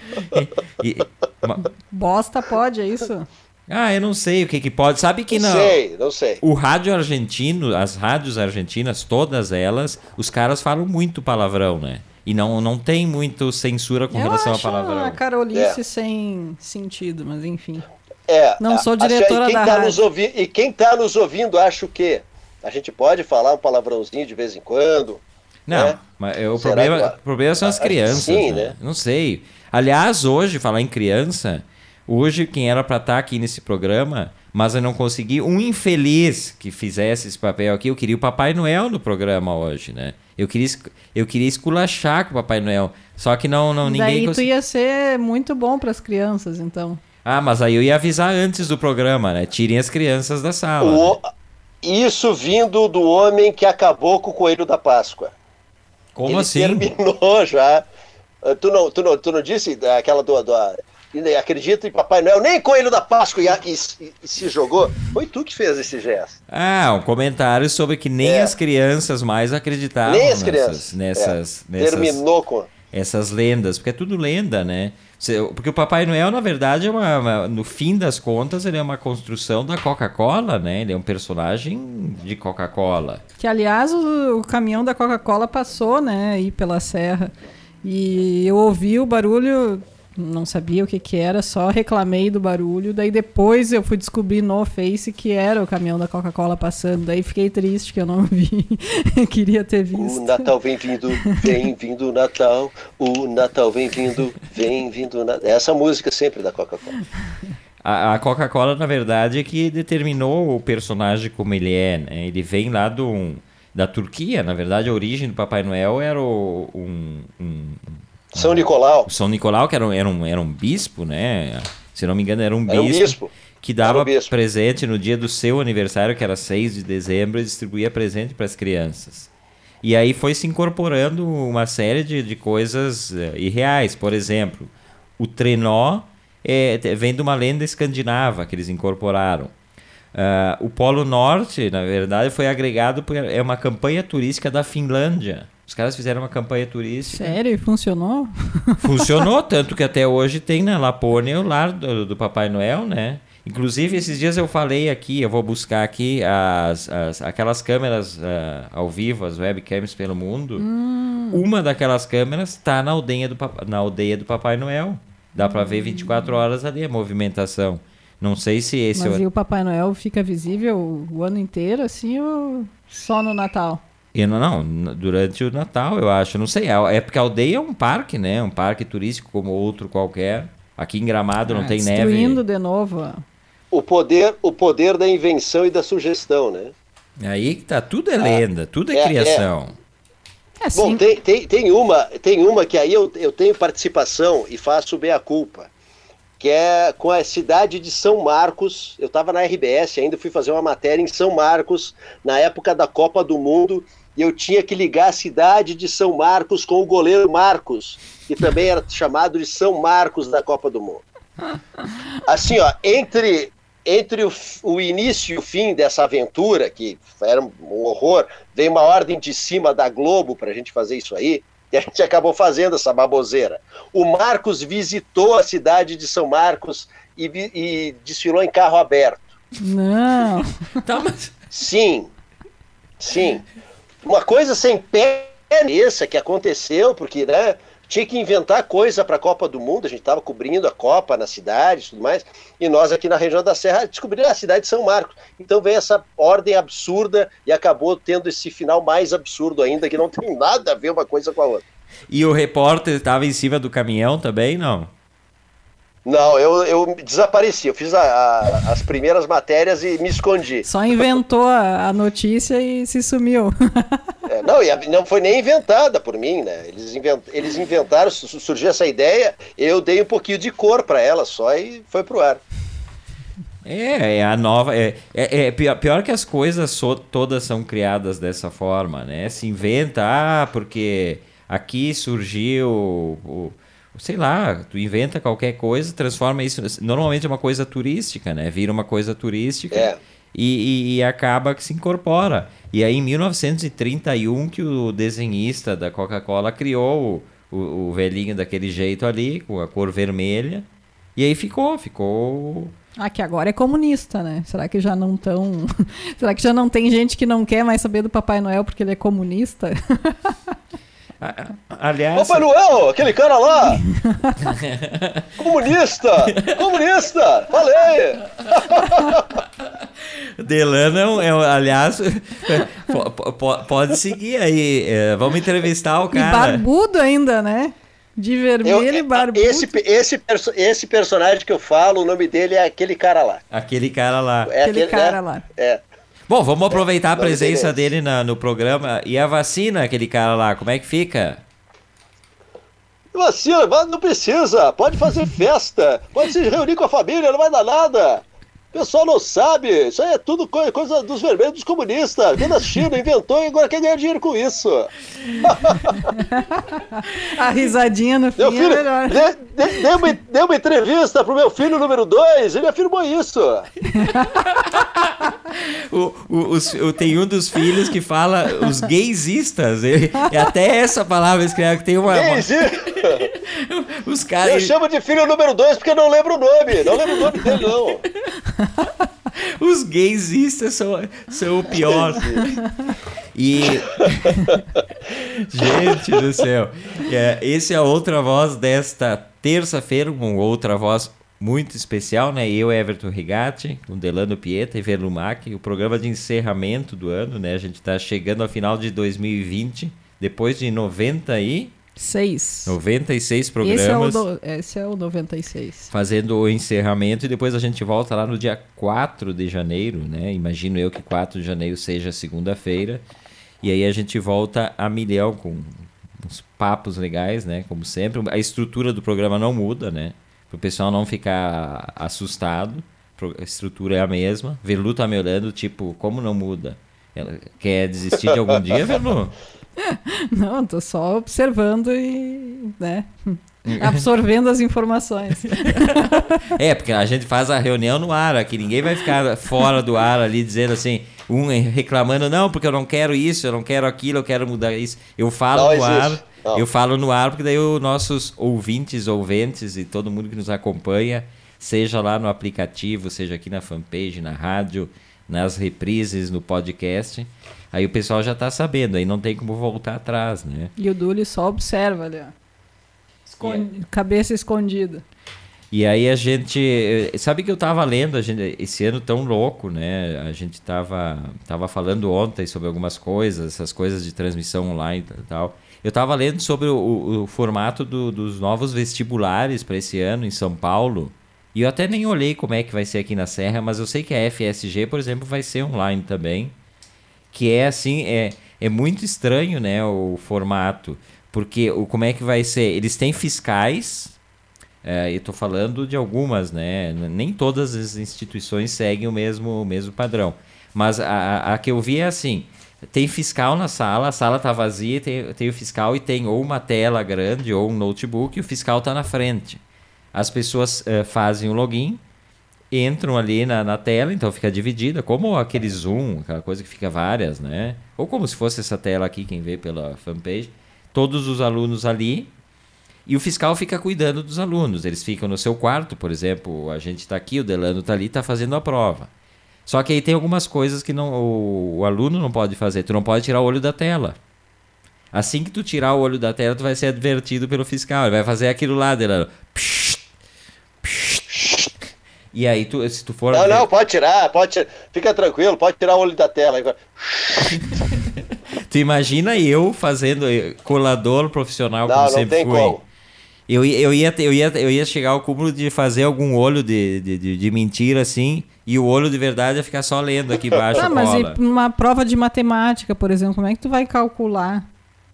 Bosta pode, é isso? Eu não sei o que pode. Sabe que não... Não sei. O rádio argentino, as rádios argentinas, todas elas, os caras falam muito palavrão, né? E não tem muito censura com relação a palavrão. É uma carolice sem sentido, mas enfim. Não sou diretora da rádio. E quem está nos ouvindo acha o quê? A gente pode falar um palavrãozinho de vez em quando? Não, né? mas o problema são as crianças. Sim, né? Não sei. Aliás, hoje, falar em criança, hoje quem era para estar aqui nesse programa, mas eu não consegui, um infeliz que fizesse esse papel aqui, eu queria o Papai Noel no programa hoje, né? Eu queria esculachar com o Papai Noel, só que ninguém... Daí tu ia ser muito bom para as crianças, então. Mas aí eu ia avisar antes do programa, né? Tirem as crianças da sala. Isso vindo do homem que acabou com o Coelho da Páscoa. Como assim? Ele terminou já. Tu não disse aquela acredita em Papai Noel, nem Coelho da Páscoa, e se jogou? Foi tu que fez esse gesto. Um comentário sobre que nem as crianças mais acreditavam nessas terminou com essas lendas, porque é tudo lenda, né? Porque o Papai Noel, na verdade, no fim das contas, ele é uma construção da Coca-Cola, né? Ele é um personagem de Coca-Cola. Que, aliás, o caminhão da Coca-Cola passou, né, aí pela serra. E eu ouvi o barulho Não sabia o que era, só reclamei do barulho. Daí depois eu fui descobrir no Face que era o caminhão da Coca-Cola passando. Daí fiquei triste que eu não vi. Queria ter visto. O Natal vem vindo o Natal. O Natal vem vindo o Natal. Essa música sempre da Coca-Cola. A Coca-Cola, na verdade, é que determinou o personagem como ele é, né? Ele vem lá da Turquia. Na verdade, a origem do Papai Noel era São Nicolau. São Nicolau, que era um bispo, né? Se não me engano, era um bispo que dava presente no dia do seu aniversário, que era 6 de dezembro, e distribuía presente para as crianças. E aí foi se incorporando uma série de coisas irreais. Por exemplo, o trenó vem de uma lenda escandinava que eles incorporaram. O Polo Norte, na verdade, foi agregado por uma campanha turística da Finlândia. Os caras fizeram uma campanha turística. Sério? E funcionou? Funcionou, tanto que até hoje tem na Lapônia o lar do Papai Noel, né? Inclusive, esses dias eu falei aqui, eu vou buscar aqui aquelas câmeras ao vivo, as webcams pelo mundo. Uma daquelas câmeras está na aldeia do Papai Noel. Dá para ver 24 horas ali a movimentação. Não sei se esse... Mas e o Papai Noel fica visível o ano inteiro, assim, ou só no Natal? Não, durante o Natal, eu acho. Não sei, é porque a aldeia é um parque, né? Um parque turístico como outro qualquer. Aqui em Gramado não tem neve. Destruindo de novo. O poder da invenção e da sugestão, né? Aí que tá, tudo é lenda, tudo é criação. Bom, tem uma que aí eu tenho participação e faço meia-culpa, que é com a cidade de São Marcos. Eu estava na RBS ainda, fui fazer uma matéria em São Marcos, na época da Copa do Mundo, e eu tinha que ligar a cidade de São Marcos com o goleiro Marcos, que também era chamado de São Marcos da Copa do Mundo. Assim, ó, entre o início e o fim dessa aventura, que era um horror, veio uma ordem de cima da Globo para a gente fazer isso aí, e a gente acabou fazendo essa baboseira. O Marcos visitou a cidade de São Marcos e desfilou em carro aberto. Não. Tá, mas... Sim. Uma coisa sem pé nessa que aconteceu, porque, né, tinha que inventar coisa para a Copa do Mundo. A gente estava cobrindo a Copa na cidade e tudo mais, e nós aqui na região da Serra descobrimos a cidade de São Marcos. Então veio essa ordem absurda e acabou tendo esse final mais absurdo ainda, que não tem nada a ver uma coisa com a outra. E o repórter estava em cima do caminhão também, não? Não, eu desapareci. Eu fiz as primeiras matérias e me escondi. Só inventou a notícia e se sumiu. Não foi nem inventada por mim, né? Eles inventaram, surgiu essa ideia, eu dei um pouquinho de cor para ela só e foi pro ar. É a nova... pior que as coisas todas são criadas dessa forma, né? Se inventa, porque aqui surgiu... sei lá, tu inventa qualquer coisa, transforma isso... Normalmente é uma coisa turística, né? Vira uma coisa turística e acaba que se incorpora. E aí, em 1931, que o desenhista da Coca-Cola criou o velhinho daquele jeito ali, com a cor vermelha. E aí ficou... Que agora é comunista, né? Será que já não tão... Será que já não tem gente que não quer mais saber do Papai Noel porque ele é comunista? Aliás... Papai Noel, aquele cara lá! Comunista! Falei! Delano aliás, pode seguir aí. Vamos entrevistar o cara. E barbudo ainda, né? De vermelho e barbudo. Esse personagem que eu falo, o nome dele é aquele cara lá. Aquele cara lá. Aquele cara lá. Bom, vamos aproveitar a presença dele no programa. E a vacina, aquele cara lá, como é que fica? Vacina, não precisa. Pode fazer festa. Pode se reunir com a família, não vai dar nada. O pessoal não sabe. Isso aí é tudo coisa dos vermelhos dos comunistas. Quando a China inventou e agora quer ganhar dinheiro com isso. A risadinha no fim é melhor. Dei uma entrevista pro meu filho número 2, ele afirmou isso. Tem um dos filhos que fala os gaysistas. É até essa palavra escreve que tem uma... Os caras... Eu chamo de filho número 2 porque eu não lembro o nome. Não lembro o nome dele, não. Os gaysistas são o pior. E... Gente do céu. Esse é a outra voz desta terça-feira, com outra voz muito especial, né? Eu, Everton Rigatti, com Delano Pieta e Verlumac, o programa de encerramento do ano, né? A gente está chegando ao final de 2020, depois de 96 programas. Esse é o 96. Fazendo o encerramento e depois a gente volta lá no dia 4 de janeiro, né? Imagino eu que 4 de janeiro seja segunda-feira. E aí a gente volta a milhão com uns papos legais, né? Como sempre. A estrutura do programa não muda, né? Para o pessoal não ficar assustado. A estrutura é a mesma. Verlu tá me olhando, tipo, como não muda? Ela quer desistir de algum dia, Verlu? Não, tô só observando e, né, absorvendo as informações. Porque a gente faz a reunião no ar aqui, ninguém vai ficar fora do ar ali dizendo assim, um reclamando, não, porque eu não quero isso, eu não quero aquilo, eu quero mudar isso. Eu falo no ar, eu falo no ar porque daí os nossos ouvintes e todo mundo que nos acompanha, seja lá no aplicativo, seja aqui na fanpage, na rádio, nas reprises, no podcast, aí o pessoal já tá sabendo, aí não tem como voltar atrás, né? E o Dully só observa ali, ó. Cabeça escondida. E aí a gente... Sabe que eu tava lendo, esse ano tão louco, né? A gente tava falando ontem sobre algumas coisas, essas coisas de transmissão online e tal. Eu tava lendo sobre o formato dos novos vestibulares para esse ano em São Paulo. E eu até nem olhei como é que vai ser aqui na Serra, mas eu sei que a FSG, por exemplo, vai ser online também. Que é assim, é muito estranho, né, o formato. Porque como é que vai ser? Eles têm fiscais, eu estou falando de algumas, né? Nem todas as instituições seguem o mesmo padrão. Mas a que eu vi é assim, tem fiscal na sala, a sala está vazia, tem o fiscal e tem ou uma tela grande ou um notebook e o fiscal está na frente. As pessoas fazem o login, entram ali na tela, então fica dividida, como aquele Zoom, aquela coisa que fica várias, né? Ou como se fosse essa tela aqui, quem vê pela fanpage. Todos os alunos ali, e o fiscal fica cuidando dos alunos. Eles ficam no seu quarto, por exemplo, a gente está aqui, o Delano está ali, está fazendo a prova. Só que aí tem algumas coisas que o aluno não pode fazer. Tu não pode tirar o olho da tela. Assim que tu tirar o olho da tela, tu vai ser advertido pelo fiscal. Ele vai fazer aquilo lá, Delano. E aí, se tu for... Não, pode tirar. Fica tranquilo, pode tirar o olho da tela. Tu imagina eu fazendo colador profissional como sempre fui. Como. Eu ia chegar ao cúmulo de fazer algum olho de mentira assim, e o olho de verdade ia ficar só lendo aqui embaixo. Mas e numa prova de matemática, por exemplo, como é que tu vai calcular?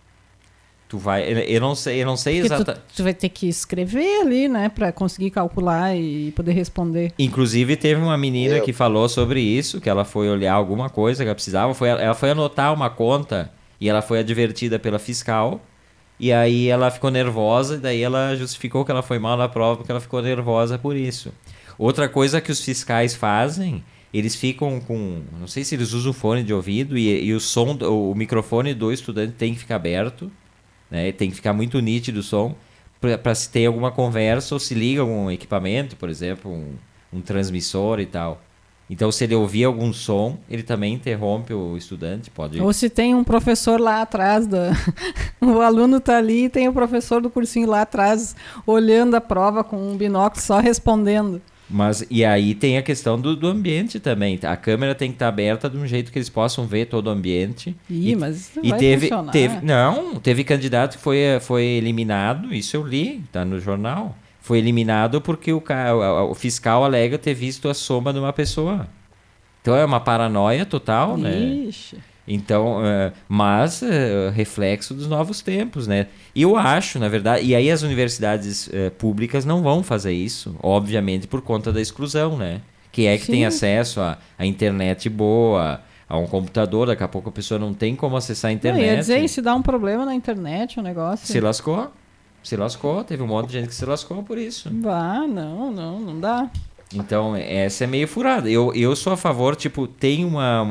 Eu não sei exatamente. Tu vai ter que escrever ali, né, para conseguir calcular e poder responder. Inclusive teve uma menina que falou sobre isso, que ela foi olhar alguma coisa que ela precisava, ela foi anotar uma conta e ela foi advertida pela fiscal, e aí ela ficou nervosa, e daí ela justificou que ela foi mal na prova porque ela ficou nervosa por isso. Outra coisa que os fiscais fazem, eles ficam com, não sei se eles usam fone de ouvido e o microfone do estudante tem que ficar aberto. Né? Tem que ficar muito nítido o som para se ter alguma conversa ou se liga algum equipamento, por exemplo, um transmissor e tal. Então, se ele ouvir algum som, ele também interrompe o estudante. Ou se tem um professor lá atrás, o aluno está ali e tem o professor do cursinho lá atrás olhando a prova com um binóculo só respondendo. E aí tem a questão do ambiente também. A câmera tem que estar aberta de um jeito que eles possam ver todo o ambiente. Mas isso vai funcionar. Teve candidato que foi eliminado, isso eu li, tá no jornal. Foi eliminado porque o fiscal alega ter visto a soma de uma pessoa. Então é uma paranoia total, Ixi. Né? Então, mas reflexo dos novos tempos, né? E eu acho, na verdade, e aí as universidades públicas não vão fazer isso, obviamente por conta da exclusão, né? Que é que tem acesso a internet boa, a um computador, daqui a pouco a pessoa não tem como acessar a internet. Ia dizer, e se dá um problema na internet, o negócio... Se lascou, teve um monte de gente que se lascou por isso. Não dá. Então, essa é meio furada. Eu sou a favor, tipo, tem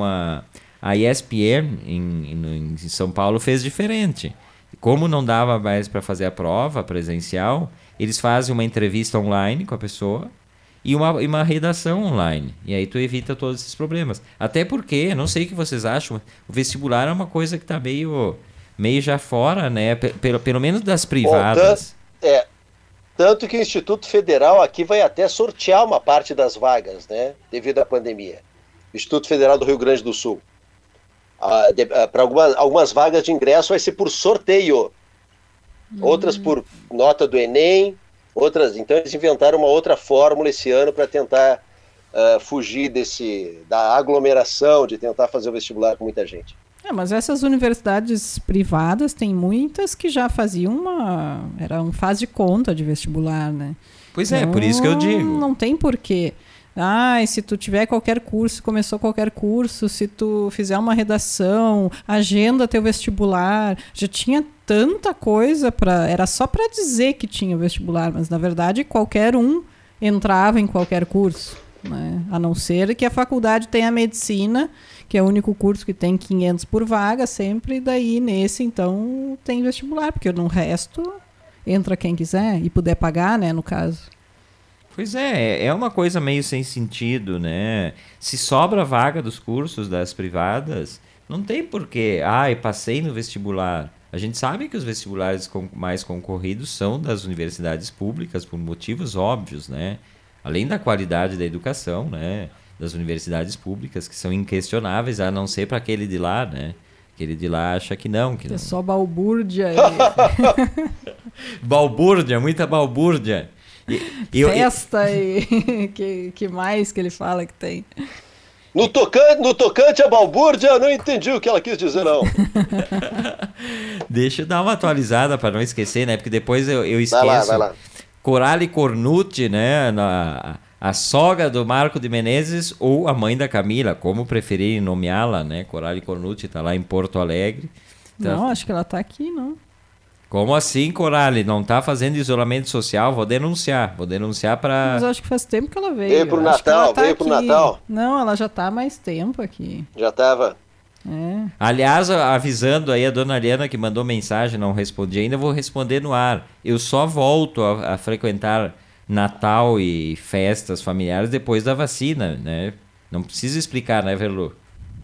a ESPN em São Paulo fez diferente. Como não dava mais para fazer a prova presencial, eles fazem uma entrevista online com a pessoa e uma redação online. E aí tu evita todos esses problemas. Até porque, não sei o que vocês acham, o vestibular é uma coisa que está meio já fora, né? Pelo menos das privadas. Tanto que o Instituto Federal aqui vai até sortear uma parte das vagas, né? Devido à pandemia. O Instituto Federal do Rio Grande do Sul. Para algumas vagas de ingresso vai ser por sorteio. Outras por nota do Enem, outras. Então eles inventaram uma outra fórmula esse ano para tentar fugir da aglomeração, de tentar fazer o vestibular com muita gente. Mas essas universidades privadas, tem muitas que já faziam era um faz de conta de vestibular, né? Pois é, por isso que eu digo. Não tem porquê. Se tu tiver qualquer curso, começou qualquer curso, se tu fizer uma redação, agenda teu vestibular, já tinha tanta coisa era só para dizer que tinha vestibular, mas na verdade qualquer um entrava em qualquer curso, né? A não ser que a faculdade tenha medicina, que é o único curso que tem 500 por vaga sempre, e daí nesse então tem vestibular, porque no resto entra quem quiser e puder pagar, né, no caso. Pois é uma coisa meio sem sentido, né? Se sobra vaga dos cursos das privadas, não tem porquê. Passei no vestibular. A gente sabe que os vestibulares mais concorridos são das universidades públicas por motivos óbvios, né? Além da qualidade da educação, né? Das universidades públicas, que são inquestionáveis, a não ser para aquele de lá, né? Aquele de lá acha que não. É só balbúrdia. Balbúrdia, muita balbúrdia. Festa que mais que ele fala que tem? No tocante a balbúrdia, eu não entendi o que ela quis dizer, não. Deixa eu dar uma atualizada para não esquecer, né? Porque depois eu esqueço. Vai lá. Coralie Cornucci, né? A sogra do Marco de Menezes ou a mãe da Camila, como preferirem nomeá-la, né? Coralie Cornucci está lá em Porto Alegre. Não, acho que ela está aqui, não. Como assim, Coralie? Não está fazendo isolamento social? Vou denunciar para... Mas acho que faz tempo que ela veio. Veio pro Natal. Não, ela já está há mais tempo aqui. Já estava. Aliás, avisando aí a dona Ariana que mandou mensagem, não respondi ainda, vou responder no ar. Eu só volto a frequentar Natal e festas familiares depois da vacina, né? Não precisa explicar, né, Verlu?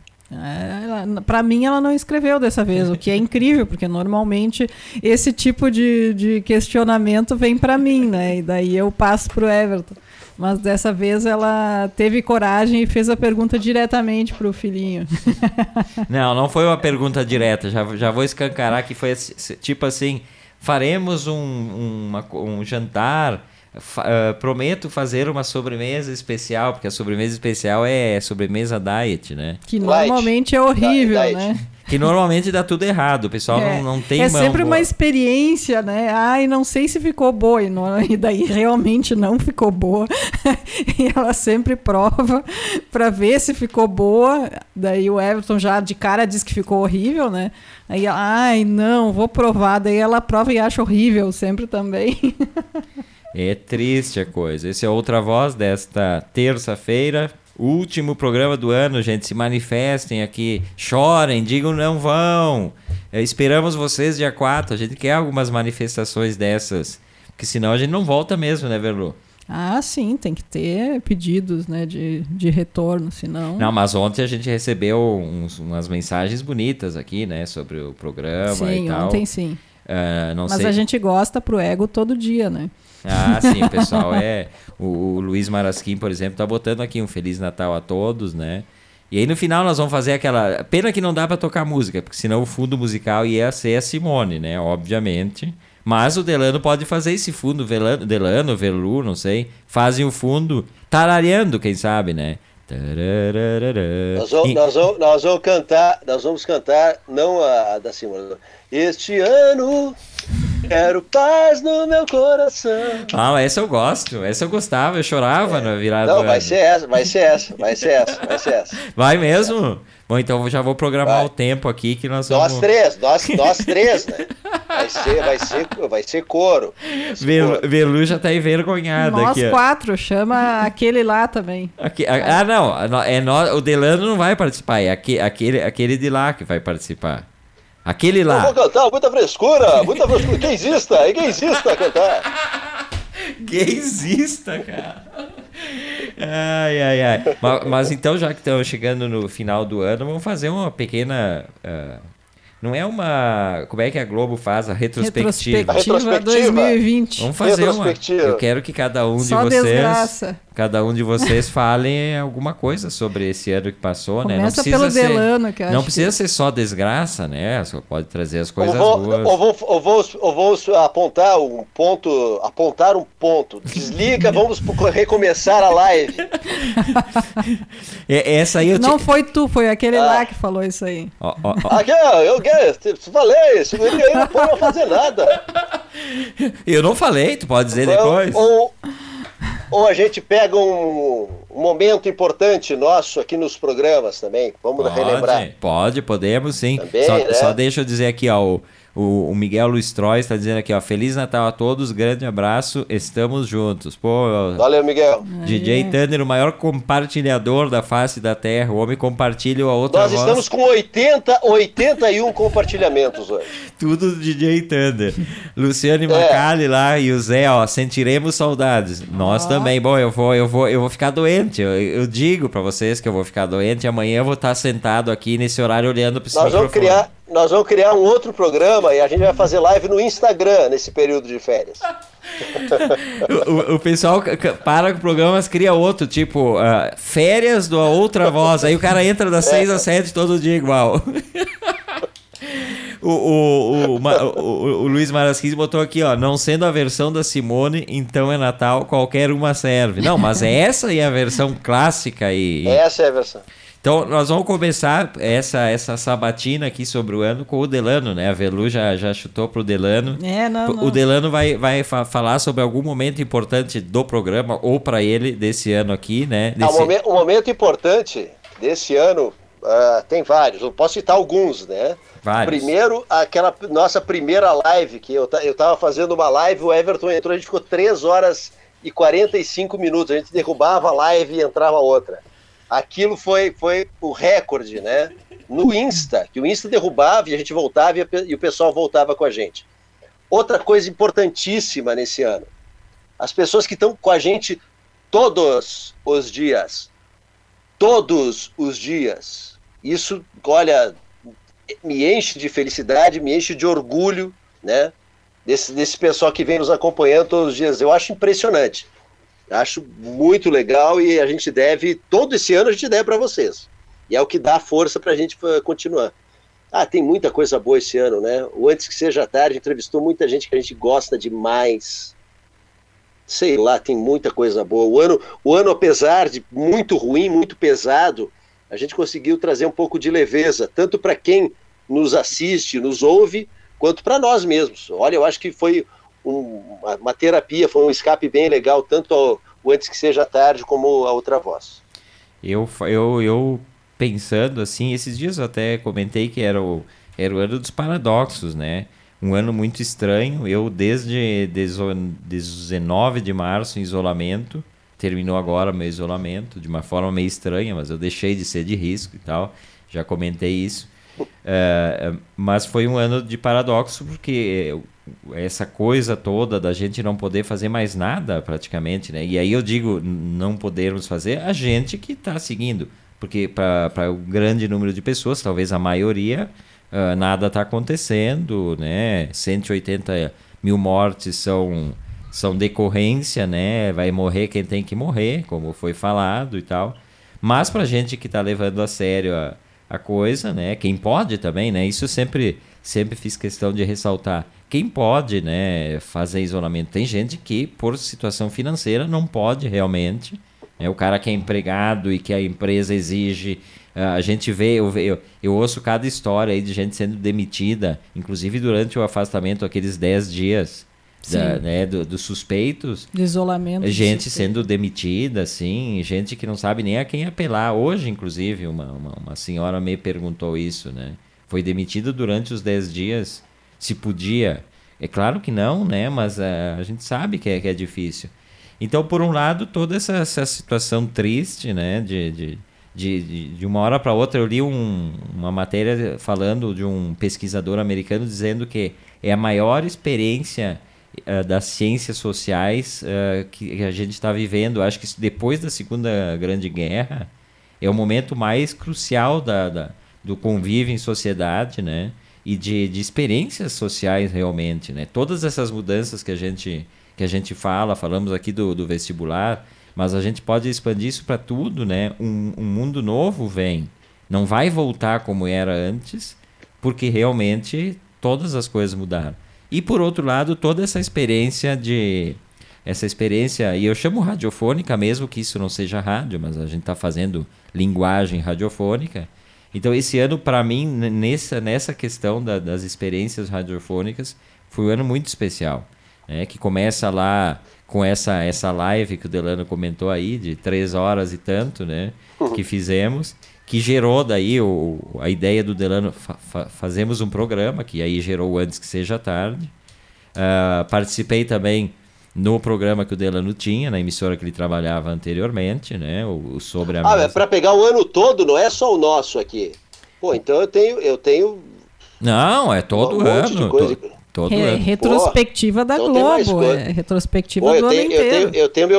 Para mim ela não escreveu dessa vez, o que é incrível, porque normalmente esse tipo de questionamento vem para mim, né? E daí eu passo pro Everton. Mas dessa vez ela teve coragem e fez a pergunta diretamente pro filhinho. Não foi uma pergunta direta, já vou escancarar que foi tipo assim, faremos um jantar, prometo fazer uma sobremesa especial, porque a sobremesa especial é sobremesa diet, né? Que normalmente é horrível, né? Que normalmente dá tudo errado, o pessoal não tem mão. É sempre uma experiência, né? Não sei se ficou boa, e daí realmente não ficou boa. E ela sempre prova para ver se ficou boa. Daí o Everton já de cara diz que ficou horrível, né? Aí ela, não, vou provar. Daí ela prova e acha horrível sempre também. É triste a coisa. Esse é Outra Voz desta terça-feira. Último programa do ano, gente. Se manifestem aqui. Chorem, digam não vão. Esperamos vocês dia 4. A gente quer algumas manifestações dessas. Porque senão a gente não volta mesmo, né, Verlu? Sim. Tem que ter pedidos, né, de retorno, senão... Não, mas ontem a gente recebeu umas mensagens bonitas aqui, né? Sobre o programa e tal. Sim, ontem sim. Mas a gente gosta pro ego todo dia, né? Sim, o pessoal o Luiz Marasquim, por exemplo, tá botando aqui um Feliz Natal a todos, né? E aí no final nós vamos fazer aquela... Pena que não dá pra tocar música, porque senão o fundo musical ia ser a Simone, né? Obviamente. Mas o Delano pode fazer esse fundo, Delano, Verlu, não sei. Fazem o fundo tarareando, quem sabe, né? Nós vamos cantar, não a da Simone. Este ano quero paz no meu coração. Essa eu gosto, essa eu gostava, eu chorava na virada do ano. Vai ser essa. Vai mesmo? Bom, então eu já vou programar o tempo aqui que nós vamos... Nós três, né? Vai ser coro. Verlu já tá envergonhada nós aqui. Nós 4, chama aquele lá também. Não, o Delano não vai participar, é aquele de lá que vai participar. Aquele lá. Eu vou cantar, muita frescura. Gaysista cantar. Gaysista, cara. Ai. Mas então, já que estamos chegando no final do ano, vamos fazer uma pequena Não é uma... Como é que a Globo faz? A retrospectiva. Retrospectiva 2020. Vamos fazer uma... Eu quero que cada um de vocês... Desgraça. Cada um de vocês fale alguma coisa sobre esse ano que passou, né? Começa pelo Delano, que eu acho não precisa ser só desgraça, né? Só pode trazer as coisas boas. Ou vou apontar um ponto. Desliga, vamos recomeçar a live. Essa aí não foi tu, foi aquele lá que falou isso aí. Aqui, eu falei, isso aí não pode fazer nada. Eu não falei, tu pode dizer depois. Ou a gente pega um momento importante nosso aqui nos programas também. Vamos relembrar. Podemos sim. Também, só deixa eu dizer aqui, ó, o Miguel Luiz Trois está dizendo aqui, ó, Feliz Natal a todos, grande abraço, estamos juntos. Pô, valeu, Miguel. DJ Thunder, o maior compartilhador da face da Terra, o homem compartilha a outra voz. Nós estamos com 81 compartilhamentos hoje. Tudo do DJ Thunder. Luciane Macali lá e o Zé, ó, sentiremos saudades. Nós também. Bom, eu vou ficar doente. Eu digo pra vocês que eu vou ficar doente. Amanhã eu vou estar sentado aqui nesse horário olhando pra esse microfone. Nós vamos criar um outro programa e a gente vai fazer live no Instagram nesse período de férias. o pessoal para com o programa, mas cria outro, tipo, férias da outra voz. Aí o cara entra das 6 às 7 todo dia igual. O Luiz Marasquins botou aqui, ó, não sendo a versão da Simone, então é Natal, qualquer uma serve. Não, mas essa é a versão clássica. Essa é a versão. Então, nós vamos começar essa sabatina aqui sobre o ano com o Delano, né? A Velu já chutou pro Delano. O Delano vai falar sobre algum momento importante do programa, ou para ele, desse ano aqui, né? Um momento importante desse ano, tem vários. Eu posso citar alguns, né? Vários. Primeiro, aquela nossa primeira live, que eu tava fazendo uma live, o Everton entrou, a gente ficou 3 horas e 45 minutos. A gente derrubava a live e entrava outra. Aquilo foi o recorde, né? No Insta, que o Insta derrubava e a gente voltava e o pessoal voltava com a gente. Outra coisa importantíssima nesse ano, as pessoas que estão com a gente todos os dias, isso, olha, me enche de felicidade, me enche de orgulho, né? Desse pessoal que vem nos acompanhando todos os dias. Eu acho impressionante. Acho muito legal e todo esse ano a gente deve para vocês. E é o que dá força para a gente continuar. Tem muita coisa boa esse ano, né? O Antes que Seja Tarde entrevistou muita gente que a gente gosta demais. Sei lá, tem muita coisa boa. O ano, apesar de muito ruim, muito pesado, a gente conseguiu trazer um pouco de leveza, tanto para quem nos assiste, nos ouve, quanto para nós mesmos. Olha, eu acho que foi uma terapia, foi um escape bem legal, tanto o Antes que Seja Tarde como a Outra Voz. Eu pensando assim, esses dias eu até comentei que era o ano dos paradoxos, né? Um ano muito estranho. Eu desde 19 de março em isolamento, terminou agora meu isolamento, de uma forma meio estranha, mas eu deixei de ser de risco e tal, já comentei isso. Mas foi um ano de paradoxo, porque essa coisa toda da gente não poder fazer mais nada praticamente, né? E aí eu digo não podermos fazer, a gente que está seguindo, porque para o grande número de pessoas, talvez a maioria, nada está acontecendo, né? 180 mil mortes são decorrência, né? Vai morrer quem tem que morrer, como foi falado e tal. Mas para a gente que está levando a sério a coisa, né? Quem pode também, né? Isso sempre fiz questão de ressaltar. Quem pode, né, fazer isolamento? Tem gente que, por situação financeira, não pode realmente. Né? O cara que é empregado e que a empresa exige... a gente vê, eu ouço cada história aí de gente sendo demitida, inclusive durante o afastamento, aqueles 10 dias dos suspeitos. De isolamento. Gente sendo demitida, assim, gente que não sabe nem a quem apelar. Hoje, inclusive, uma senhora me perguntou isso, né? Foi demitida durante os 10 dias, se podia. É claro que não, né? Mas a gente sabe que é difícil. Então, por um lado, toda essa situação triste, né? De uma hora para outra, eu li uma matéria falando de um pesquisador americano dizendo que é a maior experiência das ciências sociais que a gente está vivendo. Acho que depois da Segunda Grande Guerra é o momento mais crucial do convívio em sociedade, né? e de experiências sociais realmente, né? Todas essas mudanças que a gente falamos aqui do vestibular, mas a gente pode expandir isso para tudo, né? Um mundo novo vem. Não vai voltar como era antes, porque realmente todas as coisas mudaram. E por outro lado, toda essa experiência, e eu chamo radiofônica mesmo, que isso não seja rádio, mas a gente está fazendo linguagem radiofônica. Então esse ano, para mim, nessa questão das experiências radiofônicas, foi um ano muito especial, né? Que começa lá com essa live que o Delano comentou aí, de 3 horas e tanto, né? Que fizemos, que gerou daí a ideia do Delano, fazemos um programa, que aí gerou Antes que Seja Tarde. Participei também no programa que o Delano tinha, na emissora que ele trabalhava anteriormente, né? O Sobre a Mesa. É para pegar o ano todo, não é só o nosso aqui. Pô, então eu tenho Não, é todo ano. Todo ano. Retrospectiva da Globo, retrospectiva do ano inteiro. Eu tenho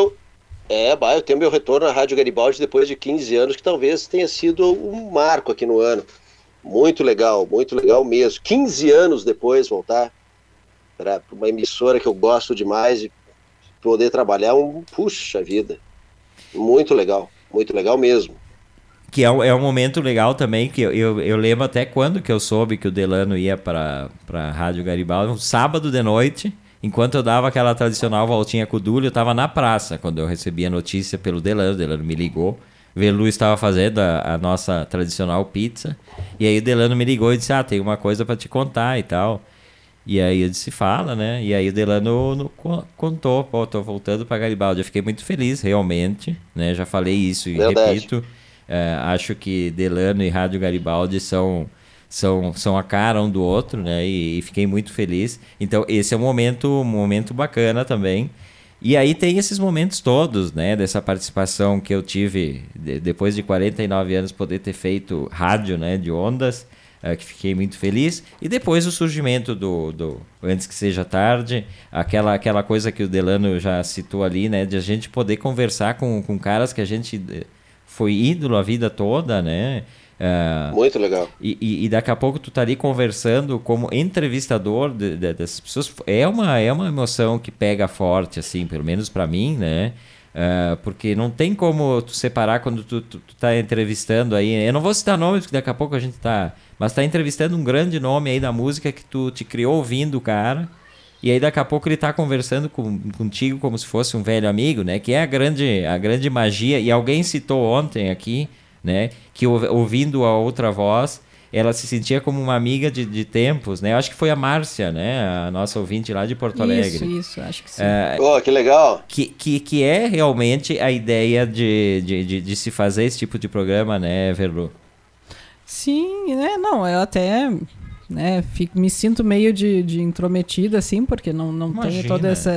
meu retorno à Rádio Garibaldi depois de 15 anos, que talvez tenha sido um marco aqui no ano. Muito legal mesmo. 15 anos depois voltar para uma emissora que eu gosto demais e poder trabalhar, puxa vida, muito legal mesmo. Que é um momento legal também, que eu lembro até quando que eu soube que o Delano ia para a Rádio Garibaldi, um sábado de noite, enquanto eu dava aquela tradicional voltinha com o Dúlio, eu estava na praça, quando eu recebi a notícia pelo Delano. O Delano me ligou, o Velu estava fazendo a nossa tradicional pizza, e aí o Delano me ligou e disse, tem uma coisa para te contar e tal. E aí eu disse, fala, né? E aí o Delano contou, tô voltando para Garibaldi. Eu fiquei muito feliz, realmente, né? Já falei isso e repito. Acho que Delano e Rádio Garibaldi são a cara um do outro, né? E fiquei muito feliz. Então esse é um momento bacana também. E aí tem esses momentos todos, né? Dessa participação que eu tive depois de 49 anos, poder ter feito rádio, né? De ondas. Que fiquei muito feliz, e depois o surgimento do Antes que Seja Tarde, aquela coisa que o Delano já citou ali, né, de a gente poder conversar com caras que a gente foi ídolo a vida toda, né? Muito legal. E daqui a pouco tu tá ali conversando como entrevistador dessas pessoas, é uma emoção que pega forte, assim, pelo menos para mim, né? Porque não tem como tu separar quando tu tá entrevistando aí. Eu não vou citar nomes, porque daqui a pouco a gente tá... Mas tá entrevistando um grande nome aí da música que tu te criou ouvindo o cara. E aí daqui a pouco ele tá conversando contigo como se fosse um velho amigo, né? Que é a grande magia. E alguém citou ontem aqui, né? Que ouvindo a outra voz, ela se sentia como uma amiga de tempos, né? Eu acho que foi a Márcia, né? A nossa ouvinte lá de Porto Alegre. Isso, acho que sim. Que legal. Que é realmente a ideia de se fazer esse tipo de programa, né, Verlu? Sim, né? Não, eu até... né, me sinto meio de intrometida, assim, porque não tenho toda essa...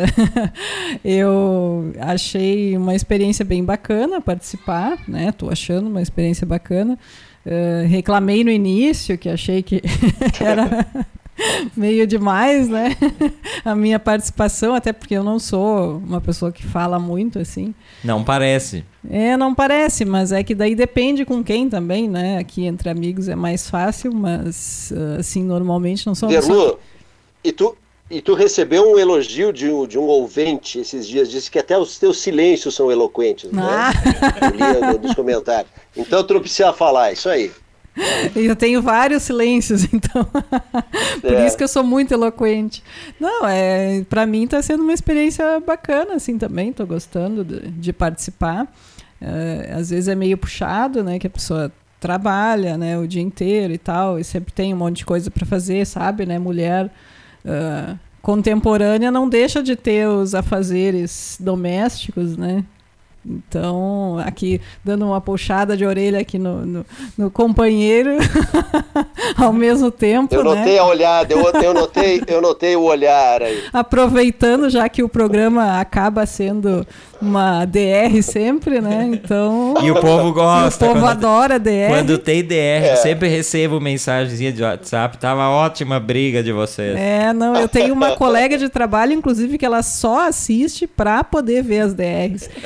Eu achei uma experiência bem bacana participar, né? Tô achando uma experiência bacana. Reclamei no início, que achei que era meio demais, né? A minha participação, até porque eu não sou uma pessoa que fala muito, assim. Não parece. Não parece, mas é que daí depende com quem também, né? Aqui entre amigos é mais fácil, mas assim, normalmente não sou uma pessoa... E tu recebeu um elogio de um ouvinte esses dias, disse que até os teus silêncios são eloquentes, né? Eu li nos comentários. Então tu não precisa falar, isso aí. Eu tenho vários silêncios, então por isso que eu sou muito eloquente. Não, para mim está sendo uma experiência bacana, assim, também, estou gostando de participar. Às vezes é meio puxado, né, que a pessoa trabalha, né, o dia inteiro e tal, e sempre tem um monte de coisa para fazer, sabe, né, mulher contemporânea não deixa de ter os afazeres domésticos, né? Então, aqui, dando uma puxada de orelha aqui no companheiro, ao mesmo tempo, eu notei, né? A olhada, eu notei o olhar aí. Aproveitando, já que o programa acaba sendo uma DR sempre, né? Então... E o povo gosta. O povo adora DR. Quando tem DR, eu sempre recebo mensagenzinha de WhatsApp, tava ótima a briga de vocês. Não, eu tenho uma colega de trabalho, inclusive, que ela só assiste pra poder ver as DRs. E daí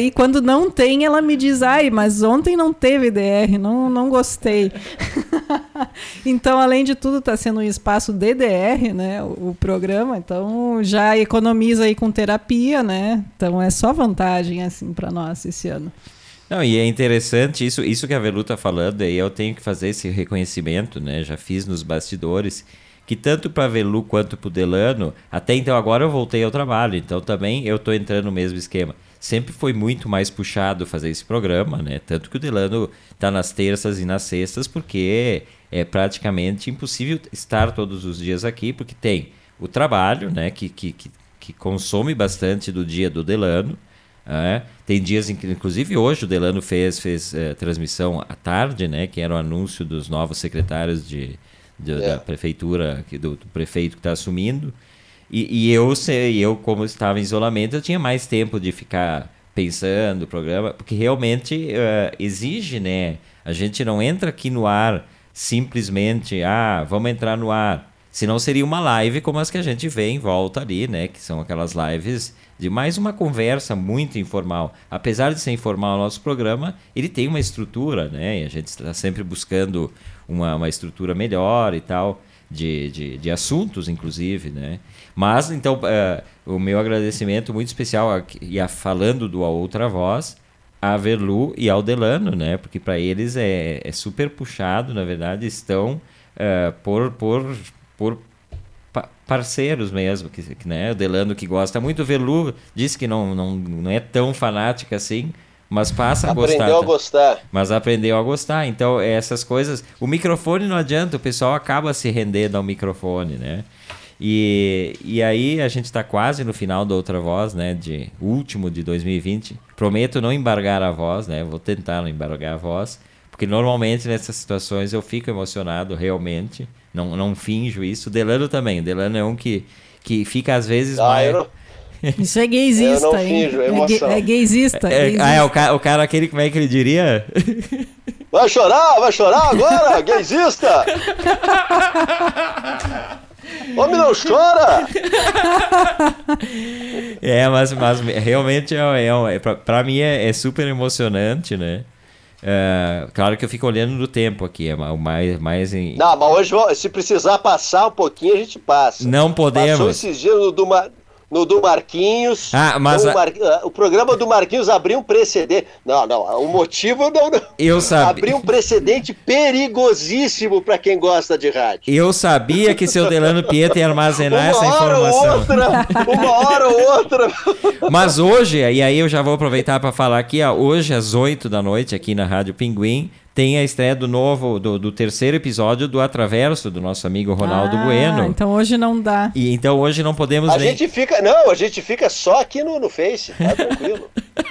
aí, quando não tem, ela me diz, ai, mas ontem não teve DR, não gostei. Então, além de tudo, está sendo um espaço DDR, né, o programa, então já economiza aí com terapia, né? Então é só vantagem, assim, para nós esse ano. Não, e é interessante, isso que a Velu está falando, e eu tenho que fazer esse reconhecimento, né? Já fiz nos bastidores, que tanto para a Velu quanto para o Delano, até então agora eu voltei ao trabalho, então também eu estou entrando no mesmo esquema. Sempre foi muito mais puxado fazer esse programa, né? Tanto que o Delano está nas terças e nas sextas, porque é praticamente impossível estar todos os dias aqui, porque tem o trabalho, né? Que consome bastante do dia do Delano. Tem dias em que, inclusive hoje, o Delano fez transmissão à tarde, né? Que era o anúncio dos novos secretários da prefeitura, do prefeito que está assumindo. E eu, como estava em isolamento, eu tinha mais tempo de ficar pensando no programa, porque realmente exige, né? A gente não entra aqui no ar simplesmente, vamos entrar no ar. Senão seria uma live como as que a gente vê em volta ali, né? Que são aquelas lives de mais uma conversa muito informal. Apesar de ser informal o nosso programa, ele tem uma estrutura, né? E a gente está sempre buscando uma estrutura melhor e tal, de assuntos, inclusive, né? Mas, então, o meu agradecimento muito especial, falando do A Outra Voz, a Velu e ao Delano, né? Porque para eles é super puxado, na verdade, estão por parceiros mesmo, né? O Delano que gosta muito, o Velu disse que não é tão fanática assim, mas passa a gostar. Aprendeu a gostar. Mas aprendeu a gostar. Então, essas coisas... O microfone não adianta, o pessoal acaba se rendendo ao microfone, né? E aí a gente está quase no final da Outra Voz, né? Último de 2020. Prometo não embargar a voz, né? Vou tentar não embargar a voz, porque normalmente nessas situações eu fico emocionado, realmente. Não finjo isso. O Delano também. O Delano é um que fica às vezes mais... Isso é gaysista, eu não finjo, emoção. É gaysista. O cara aquele, como é que ele diria? Vai chorar agora, gaysista! Homem não chora! Mas realmente pra mim é super emocionante, né? Claro que eu fico olhando no tempo aqui, é o mais em... Não, mas hoje, se precisar passar um pouquinho, a gente passa. Não podemos. Passou esses dias no do Marquinhos. Mas o programa do Marquinhos abriu um precedente. Não, o motivo não. Eu sabia. Abriu um precedente perigosíssimo para quem gosta de rádio. Eu sabia que seu Delano Pietro ia armazenar essa informação. Uma hora ou outra. Mas hoje, e aí eu já vou aproveitar para falar aqui, hoje às 8 da noite, aqui na Rádio Pinguim, tem a estreia do terceiro episódio do Atraverso, do nosso amigo Ronaldo Bueno. Então hoje não dá. E então hoje não podemos a gente fica só aqui no Face, tá tranquilo.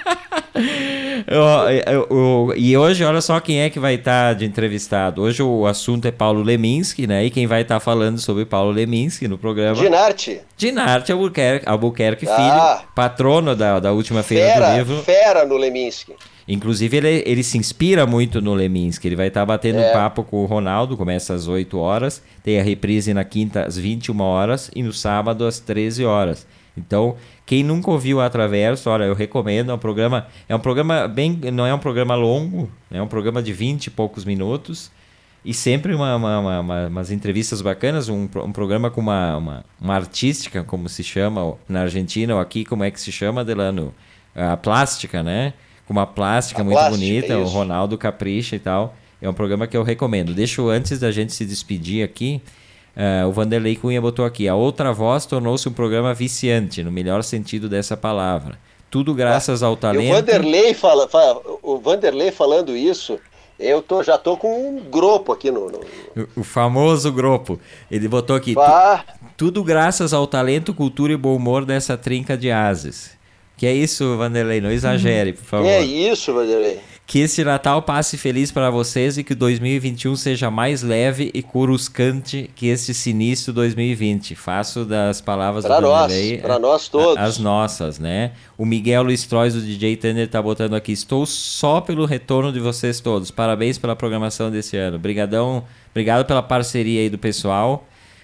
E hoje, olha só quem é que vai estar de entrevistado. Hoje o assunto é Paulo Leminski, né? E quem vai estar falando sobre Paulo Leminski no programa... Dinarte Albuquerque Filho, patrono da última Feira do Livro. Fera no Leminski. Inclusive, ele se inspira muito no Leminski. Ele vai estar batendo um papo com o Ronaldo, começa às 8 horas, tem a reprise na quinta às 21 horas e no sábado às 13 horas. Então, quem nunca ouviu o Atraverso, olha, eu recomendo, é um programa não é um programa longo, é um programa de 20 e poucos minutos, e sempre umas entrevistas bacanas, um programa com uma artística, como se chama na Argentina, ou aqui, como é que se chama, Delano? A plástica, né? Com uma plástica muito bonita, o Ronaldo capricha e tal. É um programa que eu recomendo. Antes da gente se despedir aqui, o Vanderlei Cunha botou aqui: A Outra Voz tornou-se um programa viciante, no melhor sentido dessa palavra. Tudo graças ao talento. O Vanderlei falando isso, eu já tô com um gropo aqui O famoso gropo. Ele botou aqui: Tudo graças ao talento, cultura e bom humor dessa trinca de ases. Que é isso, Vanderlei? Não exagere, por favor. Que é isso, Vanderlei? Que esse Natal passe feliz para vocês e que 2021 seja mais leve e coruscante que este sinistro 2020. Faço das palavras do Vanderlei para nós todos. As nossas, né? O Miguel Luiz Trois, do DJ Thunder, tá botando aqui: Estou só pelo retorno de vocês todos. Parabéns pela programação desse ano. Obrigado pela parceria aí do pessoal.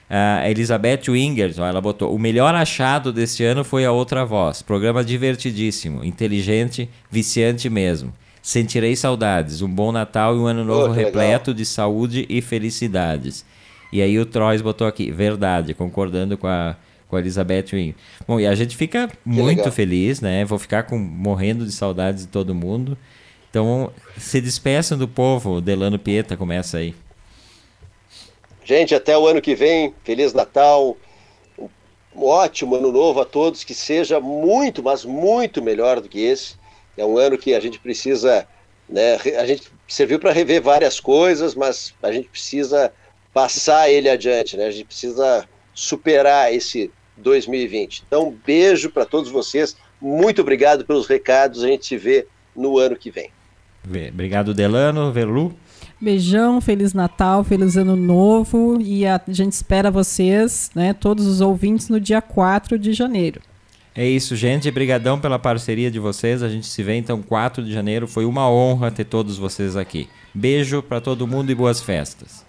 A Elizabeth Wingers, ela botou: o melhor achado deste ano foi a Outra Voz. Programa divertidíssimo, inteligente, viciante mesmo. Sentirei saudades. Um bom Natal e um ano novo repleto de saúde e felicidades. E aí o Trois botou aqui: verdade, concordando com a Elizabeth Wingers. Bom, e a gente fica muito feliz, né? Vou ficar morrendo de saudades de todo mundo. Então, se despeçam do povo. Delano Pieta, começa aí. Gente, até o ano que vem, Feliz Natal, um ótimo ano novo a todos, que seja muito, mas muito melhor do que esse. É um ano que a gente precisa, né, a gente serviu para rever várias coisas, mas a gente precisa passar ele adiante, né? A gente precisa superar esse 2020. Então, um beijo para todos vocês, muito obrigado pelos recados, a gente se vê no ano que vem. Obrigado, Delano. Verlu? Beijão, Feliz Natal, Feliz Ano Novo, e a gente espera vocês, né, todos os ouvintes, no dia 4 de janeiro. É isso, gente. Brigadão pela parceria de vocês. A gente se vê então 4 de janeiro. Foi uma honra ter todos vocês aqui. Beijo para todo mundo e boas festas.